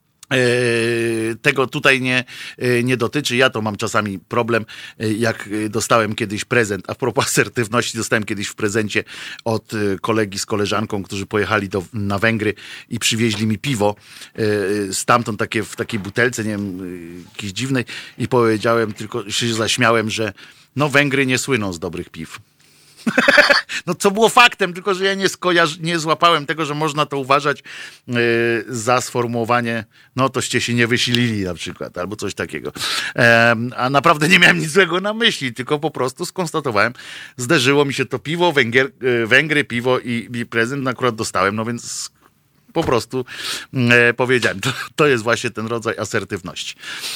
Tego tutaj nie dotyczy. Ja to mam czasami problem, jak dostałem kiedyś prezent, a propos asertywności, dostałem kiedyś w prezencie od kolegi z koleżanką, którzy pojechali na Węgry i przywieźli mi piwo stamtąd w takiej butelce, nie wiem, jakiejś dziwnej, i powiedziałem, tylko się zaśmiałem, że no Węgry nie słyną z dobrych piw. No co było faktem, tylko że ja nie złapałem tego, że można to uważać za sformułowanie, no toście się nie wysilili na przykład, albo coś takiego. A naprawdę nie miałem nic złego na myśli, tylko po prostu skonstatowałem, zderzyło mi się to piwo, Węgry, piwo i prezent akurat dostałem, no więc po prostu powiedziałem, to jest właśnie ten rodzaj asertywności.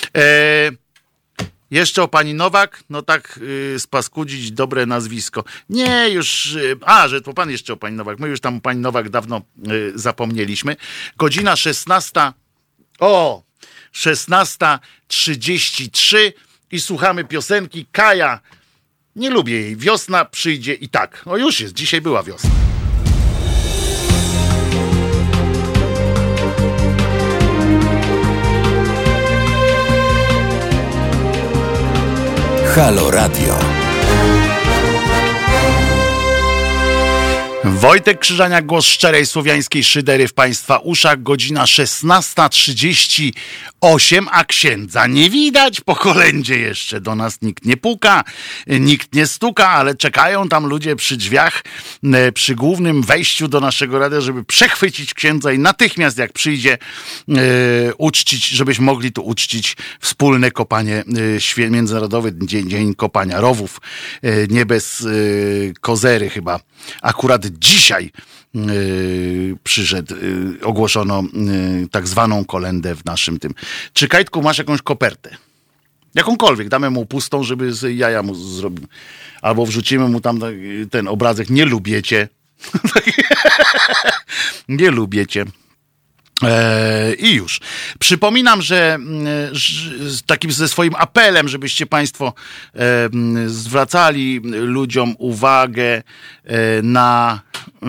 Jeszcze o pani Nowak, no tak spaskudzić dobre nazwisko. Nie, już, że to pan jeszcze o pani Nowak. My już tam o pani Nowak dawno zapomnieliśmy. Godzina 16, 16:33 i słuchamy piosenki Kaja. Nie lubię jej. Wiosna przyjdzie i tak. O już jest, dzisiaj była wiosna. Halo Radio. Wojtek Krzyżaniak, głos szczerej słowiańskiej szydery w państwa uszach, godzina 16:38, a księdza nie widać po kolędzie jeszcze. Do nas nikt nie puka, nikt nie stuka, ale czekają tam ludzie przy drzwiach, przy głównym wejściu do naszego radia, żeby przechwycić księdza i natychmiast jak przyjdzie uczcić, żebyśmy mogli tu uczcić wspólne kopanie, międzynarodowy dzień kopania rowów, nie bez kozery chyba. Akurat dzisiaj przyszedł, ogłoszono tak zwaną kolędę w naszym tym. Czy, Kajtku, masz jakąś kopertę? Jakąkolwiek, damy mu pustą, żeby jaja mu zrobił. Albo wrzucimy mu tam ten obrazek, nie lubię cię. Nie lubię cię. I już. Przypominam, że takim ze swoim apelem, żebyście państwo zwracali ludziom uwagę na...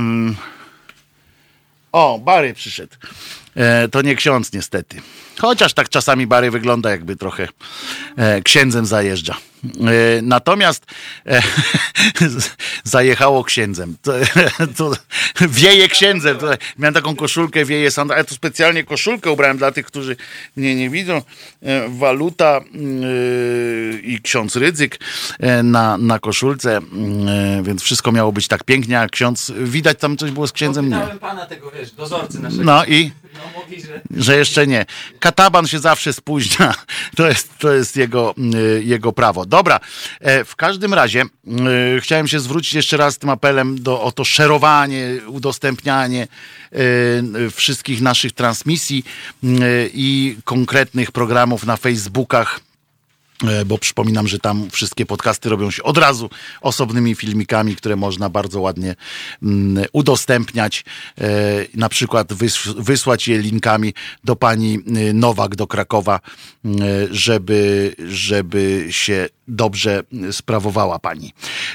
Bary przyszedł. To nie ksiądz niestety. Chociaż tak czasami Bary wygląda, jakby trochę księdzem zajeżdża. Natomiast zajechało księdzem. To wieje księdzem. Miałem taką koszulkę, wieje sandał. Ja tu specjalnie koszulkę ubrałem dla tych, którzy mnie nie widzą. Waluta i ksiądz Rydzyk na koszulce. Więc wszystko miało być tak pięknie, a ksiądz... Widać tam coś było z księdzem? Nie. Pytałem pana tego, dozorcy naszego. No i Że jeszcze nie. Kataban się zawsze spóźnia. To jest jego prawo. Dobra, w każdym razie chciałem się zwrócić jeszcze raz z tym apelem o to szerowanie, udostępnianie wszystkich naszych transmisji i konkretnych programów na Facebookach, bo przypominam, że tam wszystkie podcasty robią się od razu osobnymi filmikami, które można bardzo ładnie udostępniać, na przykład wysłać je linkami do pani Nowak do Krakowa, żeby się dobrze sprawowała pani.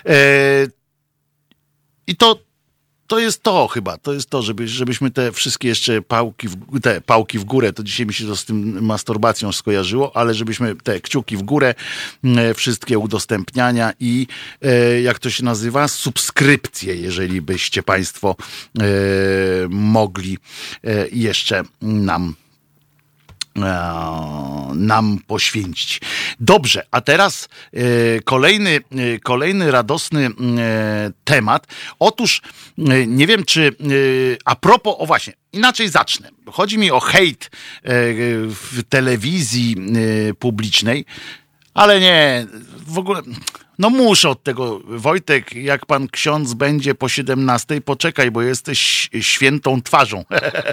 I to jest to chyba, żebyśmy te wszystkie jeszcze pałki w górę, to dzisiaj mi się to z tym masturbacją skojarzyło, ale żebyśmy te kciuki w górę, wszystkie udostępniania i jak to się nazywa, subskrypcje, jeżeli byście państwo mogli jeszcze nam poświęcić. Dobrze, a teraz kolejny radosny temat. Otóż nie wiem, czy a propos, o właśnie, inaczej zacznę. Chodzi mi o hejt w telewizji publicznej, ale nie, w ogóle... No muszę od tego, Wojtek, jak pan ksiądz będzie po 17, poczekaj, bo jesteś świętą twarzą.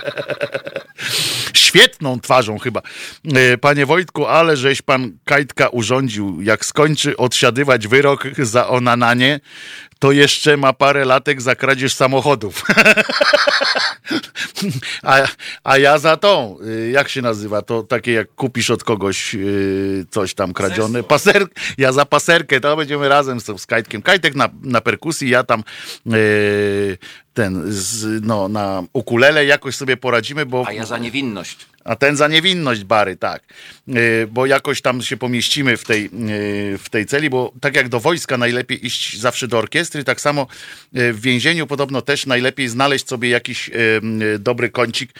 Świetną twarzą chyba. Panie Wojtku, ale żeś pan Kajtka urządził. Jak skończy odsiadywać wyrok za onananie, to jeszcze ma parę latek za kradzież samochodów. A ja za tą, jak się nazywa, to takie jak kupisz od kogoś coś tam kradzione. Ja za paserkę, to będziemy razem z Kajtkiem. Kajtek na perkusji, ja tam na ukulele jakoś sobie poradzimy, bo... A ja za niewinność. A ten za niewinność, Bary, tak. Bo jakoś tam się pomieścimy w tej celi, bo tak jak do wojska najlepiej iść zawsze do orkiestry, tak samo w więzieniu podobno też najlepiej znaleźć sobie jakiś dobry kącik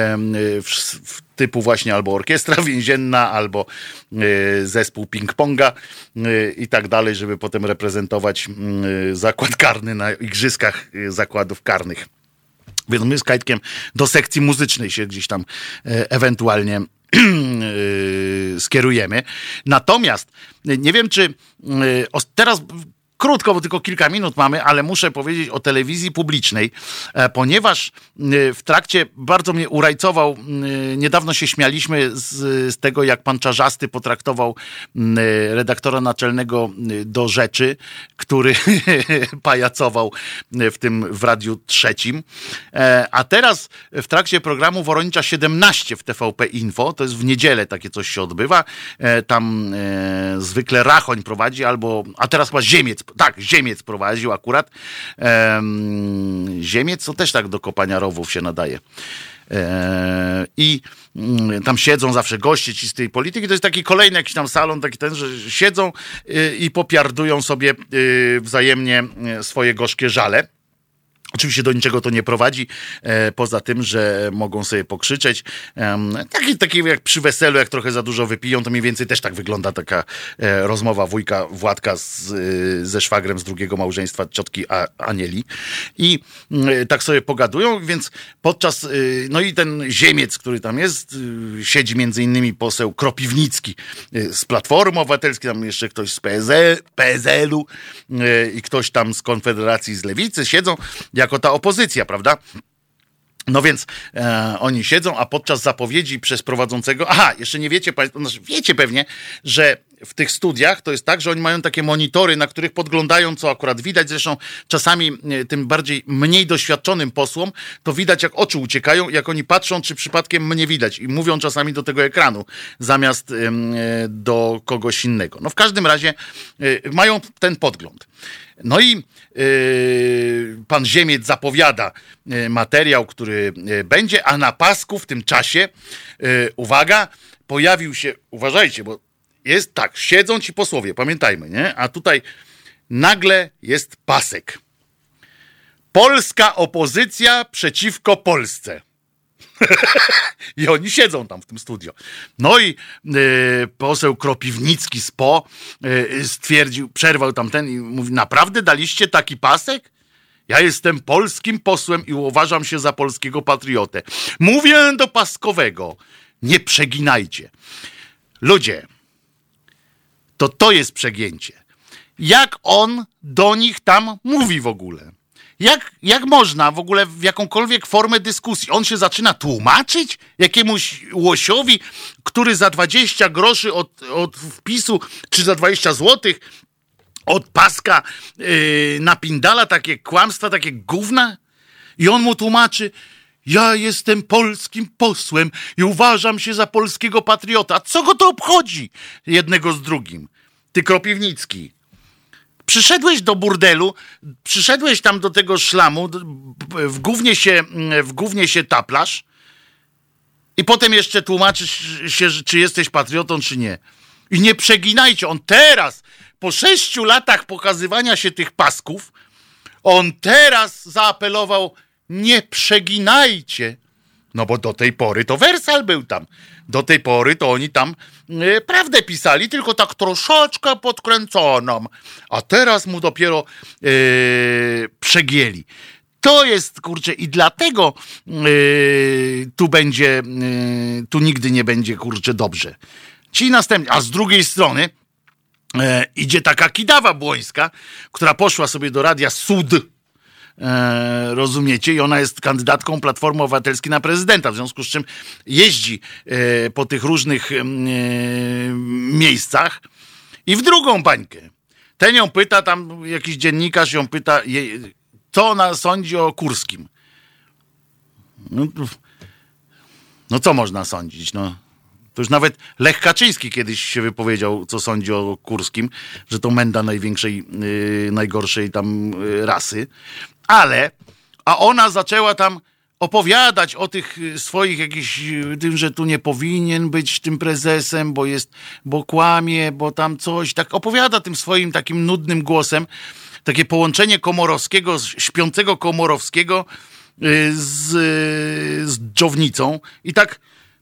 typu właśnie albo orkiestra więzienna, albo zespół ping-ponga i tak dalej, żeby potem reprezentować zakład karny na igrzyskach zakładów karnych. Więc my z Kajtkiem do sekcji muzycznej się gdzieś tam ewentualnie skierujemy. Natomiast nie wiem, czy teraz krótko, bo tylko kilka minut mamy, ale muszę powiedzieć o telewizji publicznej, ponieważ w trakcie bardzo mnie urajcował, niedawno się śmialiśmy z tego, jak pan Czarzasty potraktował redaktora naczelnego do Rzeczy, który pajacował w Radiu Trzecim. A teraz w trakcie programu Woronicza 17 w TVP Info, to jest w niedzielę takie coś się odbywa, tam zwykle Rachoń prowadzi, a teraz chyba Ziemiec prowadził akurat. Ziemiec to też tak do kopania rowów się nadaje. I tam siedzą zawsze goście ci z tej polityki. To jest taki kolejny jakiś tam salon, taki ten, że siedzą i popiardują sobie wzajemnie swoje gorzkie żale. Oczywiście do niczego to nie prowadzi, poza tym, że mogą sobie pokrzyczeć. Taki jak przy weselu, jak trochę za dużo wypiją, to mniej więcej też tak wygląda taka rozmowa wujka Władka ze szwagrem z drugiego małżeństwa ciotki Anieli. I tak sobie pogadują, więc podczas, no i ten Ziemiec, który tam jest, siedzi między innymi poseł Kropiwnicki z Platformy Obywatelskiej, tam jeszcze ktoś z PSL-u i ktoś tam z Konfederacji z Lewicy siedzą, jako ta opozycja, prawda? No więc oni siedzą, a podczas zapowiedzi przez prowadzącego... jeszcze nie wiecie państwo, wiecie pewnie, że w tych studiach to jest tak, że oni mają takie monitory, na których podglądają, co akurat widać. Zresztą czasami tym mniej doświadczonym posłom to widać, jak oczy uciekają, jak oni patrzą, czy przypadkiem mnie widać. I mówią czasami do tego ekranu, zamiast do kogoś innego. No w każdym razie mają ten podgląd. No i pan Ziemiec zapowiada materiał, który będzie, a na pasku w tym czasie, uwaga, pojawił się, uważajcie, bo jest tak, siedzą ci posłowie, pamiętajmy, nie? A tutaj nagle jest pasek. Polska opozycja przeciwko Polsce. I oni siedzą tam w tym studio. No i poseł Kropiwnicki z PO stwierdził, przerwał tamten i mówi, naprawdę daliście taki pasek? Ja jestem polskim posłem i uważam się za polskiego patriotę. Mówię do Paskowego, nie przeginajcie. Ludzie, to jest przegięcie. Jak on do nich tam mówi w ogóle? Jak można w ogóle w jakąkolwiek formę dyskusji? On się zaczyna tłumaczyć jakiemuś łosiowi, który za 20 groszy od wpisu, czy za 20 złotych od paska napindala takie kłamstwa, takie gówna? I on mu tłumaczy: ja jestem polskim posłem i uważam się za polskiego patriota. Co go to obchodzi jednego z drugim? Ty Kropiwnicki. Przyszedłeś do burdelu, przyszedłeś tam do tego szlamu, w gównie się taplasz i potem jeszcze tłumaczysz się, czy jesteś patriotą, czy nie. I nie przeginajcie. On teraz, po 6 latach pokazywania się tych pasków, on teraz zaapelował: nie przeginajcie. No bo do tej pory to Wersal był tam. Do tej pory to oni tam prawdę pisali, tylko tak troszeczkę podkręconą. A teraz mu dopiero przegięli. To jest, kurczę, i dlatego tu nigdy nie będzie, kurczę, dobrze. Ci następni, a z drugiej strony idzie taka kidawa błońska, która poszła sobie do radia Sud, rozumiecie? I ona jest kandydatką Platformy Obywatelskiej na prezydenta, w związku z czym jeździ po tych różnych miejscach i w drugą bańkę. Ten ją pyta, tam jakiś dziennikarz ją pyta, co ona sądzi o Kurskim. No co można sądzić? No, to już nawet Lech Kaczyński kiedyś się wypowiedział, co sądzi o Kurskim, że to menda największej, najgorszej tam rasy. A ona zaczęła tam opowiadać o tych swoich jakichś, tym, że tu nie powinien być tym prezesem, bo kłamie, bo tam coś. Tak opowiada tym swoim takim nudnym głosem. Takie połączenie Komorowskiego, śpiącego Komorowskiego z dżownicą. I tak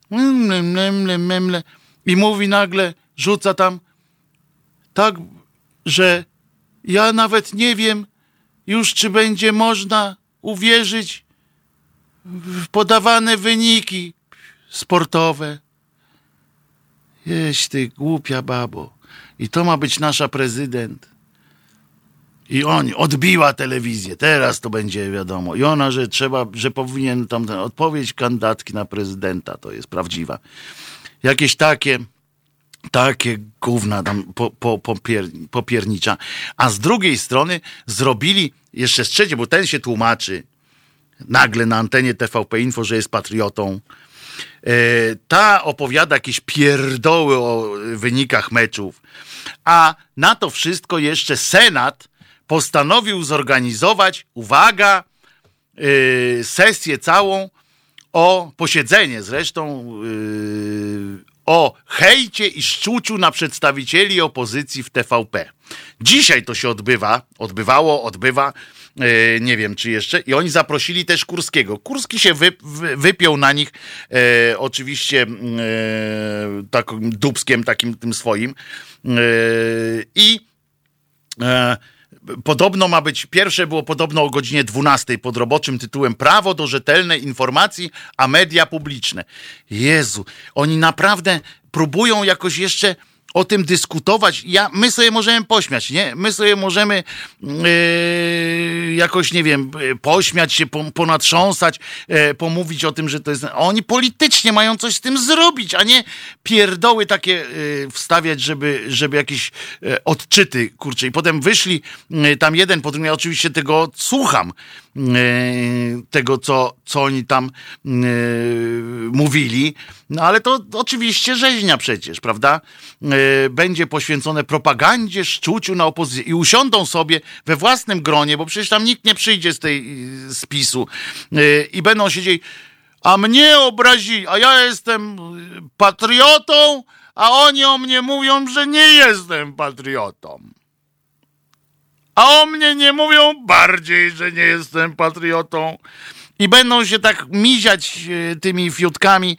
i mówi nagle, rzuca tam tak, że ja nawet nie wiem już, czy będzie można uwierzyć w podawane wyniki sportowe. Jeś ty głupia babo. I to ma być nasza prezydent. I on odbiła telewizję. Teraz to będzie wiadomo. I ona, że powinien tam odpowiedź kandydatki na prezydenta. To jest prawdziwa. Jakieś takie gówna tam popiernicza. A z drugiej strony zrobili jeszcze z trzeciej, bo ten się tłumaczy nagle na antenie TVP Info, że jest patriotą. Ta opowiada jakieś pierdoły o wynikach meczów. A na to wszystko jeszcze Senat postanowił zorganizować, uwaga, sesję całą o posiedzenie zresztą o hejcie i szczuciu na przedstawicieli opozycji w TVP. Dzisiaj to się odbywa, nie wiem czy jeszcze, i oni zaprosili też Kurskiego. Kurski się wypiął na nich oczywiście takim dupskiem, takim tym swoim i podobno ma być, pierwsze było podobno o godzinie 12 pod roboczym tytułem Prawo do rzetelnej informacji, a media publiczne. Jezu, oni naprawdę próbują jakoś jeszcze o tym dyskutować. My sobie możemy pośmiać, nie? My sobie możemy jakoś, nie wiem, pośmiać się, ponatrząsać, pomówić o tym, że to jest... A oni politycznie mają coś z tym zrobić, a nie pierdoły takie wstawiać, żeby jakieś odczyty, kurczę. I potem wyszli tam jeden po drugim, ja oczywiście tego odsłucham, tego, co oni tam mówili, no ale to oczywiście rzeźnia przecież, prawda? Będzie poświęcone propagandzie, szczuciu na opozycję i usiądą sobie we własnym gronie, bo przecież tam nikt nie przyjdzie z PiS-u i będą siedzieli, a mnie obrazili, a ja jestem patriotą, a oni o mnie mówią, że nie jestem patriotą. A o mnie nie mówią bardziej, że nie jestem patriotą. I będą się tak miziać tymi fiutkami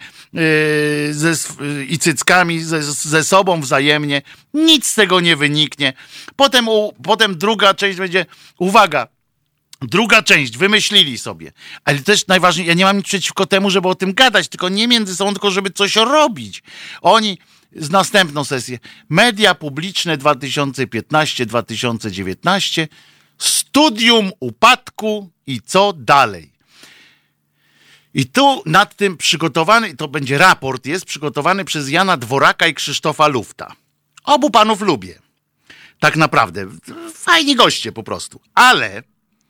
i cyckami ze sobą wzajemnie. Nic z tego nie wyniknie. Potem druga część będzie, uwaga, Druga część, wymyślili sobie. Ale też najważniejsze, ja nie mam nic przeciwko temu, żeby o tym gadać, tylko nie między sobą, tylko żeby coś robić. Oni z następną sesję. Media publiczne 2015-2019, studium upadku i co dalej. I tu nad tym przygotowany, to będzie raport, jest przygotowany przez Jana Dworaka i Krzysztofa Lufta. Obu panów lubię. Tak naprawdę. Fajni goście po prostu. Ale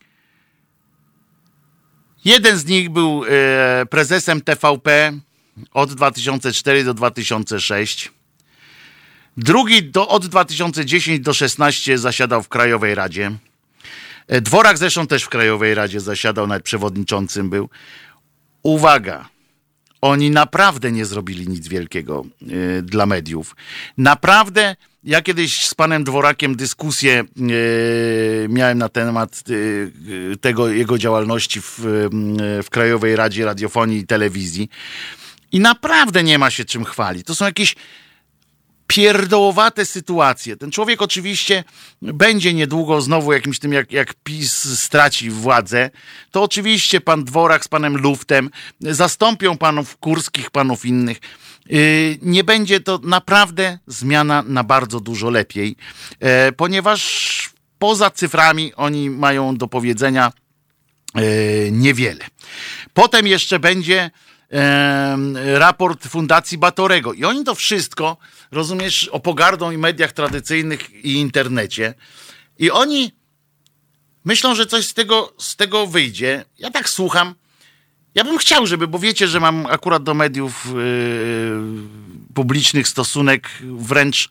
jeden z nich był prezesem TVP od 2004 do 2006. Drugi od 2010 do 2016 zasiadał w Krajowej Radzie. Dworak zresztą też w Krajowej Radzie zasiadał, nawet przewodniczącym był. Uwaga, oni naprawdę nie zrobili nic wielkiego dla mediów. Naprawdę, ja kiedyś z panem Dworakiem dyskusję miałem na temat tego jego działalności w Krajowej Radzie Radiofonii i Telewizji i naprawdę nie ma się czym chwalić. To są jakieś pierdołowate sytuacje. Ten człowiek oczywiście będzie niedługo znowu jakimś tym, jak PiS straci władzę, to oczywiście pan Dworak z panem Luftem zastąpią panów Kurskich, panów innych. Nie będzie to naprawdę zmiana na bardzo dużo lepiej, ponieważ poza cyframi oni mają do powiedzenia niewiele. Potem jeszcze będzie raport Fundacji Batorego. I oni to wszystko, rozumiesz, opogardą i mediach tradycyjnych i internecie. I oni myślą, że coś z tego wyjdzie. Ja tak słucham. Ja bym chciał, bo wiecie, że mam akurat do mediów publicznych stosunek wręcz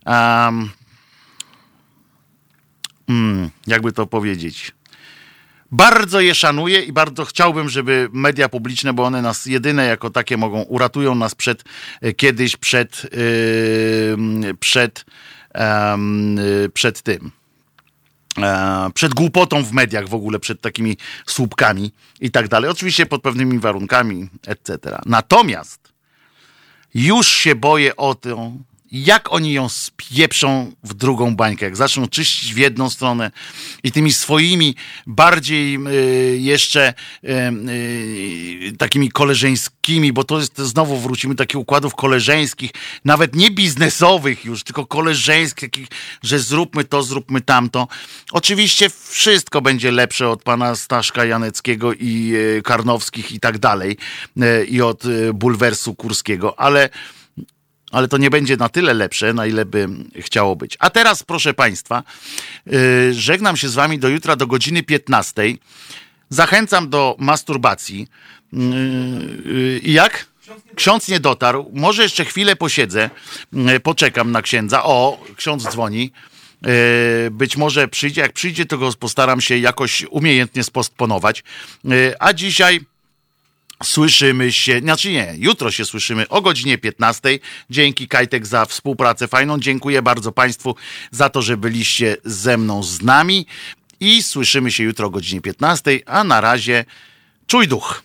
jakby to powiedzieć, bardzo je szanuję i bardzo chciałbym, żeby media publiczne, bo one nas jedyne jako takie uratują nas przed głupotą w mediach w ogóle, przed takimi słupkami i tak dalej. Oczywiście pod pewnymi warunkami, etc. Natomiast już się boję o to, jak oni ją spieprzą w drugą bańkę, jak zaczną czyścić w jedną stronę i tymi swoimi bardziej jeszcze takimi koleżeńskimi, bo to jest, znowu wrócimy do takich układów koleżeńskich, nawet nie biznesowych już, tylko koleżeńskich, takich, że zróbmy to, zróbmy tamto. Oczywiście wszystko będzie lepsze od pana Staszka Janeckiego i Karnowskich i tak dalej, i od bulwersu Kurskiego, ale to nie będzie na tyle lepsze, na ile by chciało być. A teraz, proszę państwa, żegnam się z wami do jutra do godziny 15. Zachęcam do masturbacji. I jak? Ksiądz nie dotarł. Może jeszcze chwilę posiedzę. Poczekam na księdza. O, ksiądz dzwoni. Być może przyjdzie. Jak przyjdzie, to go postaram się jakoś umiejętnie spostponować. A dzisiaj słyszymy się, jutro się słyszymy o godzinie 15. Dzięki, Kajtek, za współpracę fajną. Dziękuję bardzo państwu za to, że byliście ze mną, z nami i słyszymy się jutro o godzinie 15, a na razie czuj duch.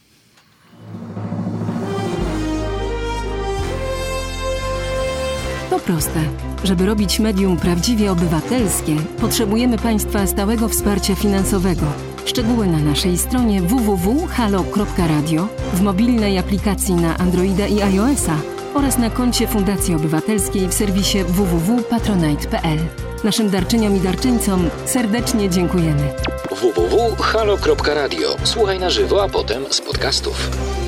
To proste. Żeby robić medium prawdziwie obywatelskie, potrzebujemy państwa stałego wsparcia finansowego. Szczegóły na naszej stronie www.halo.radio, w mobilnej aplikacji na Androida i iOS-a oraz na koncie Fundacji Obywatelskiej w serwisie www.patronite.pl. Naszym darczyniom i darczyńcom serdecznie dziękujemy. www.halo.radio. Słuchaj na żywo, a potem z podcastów.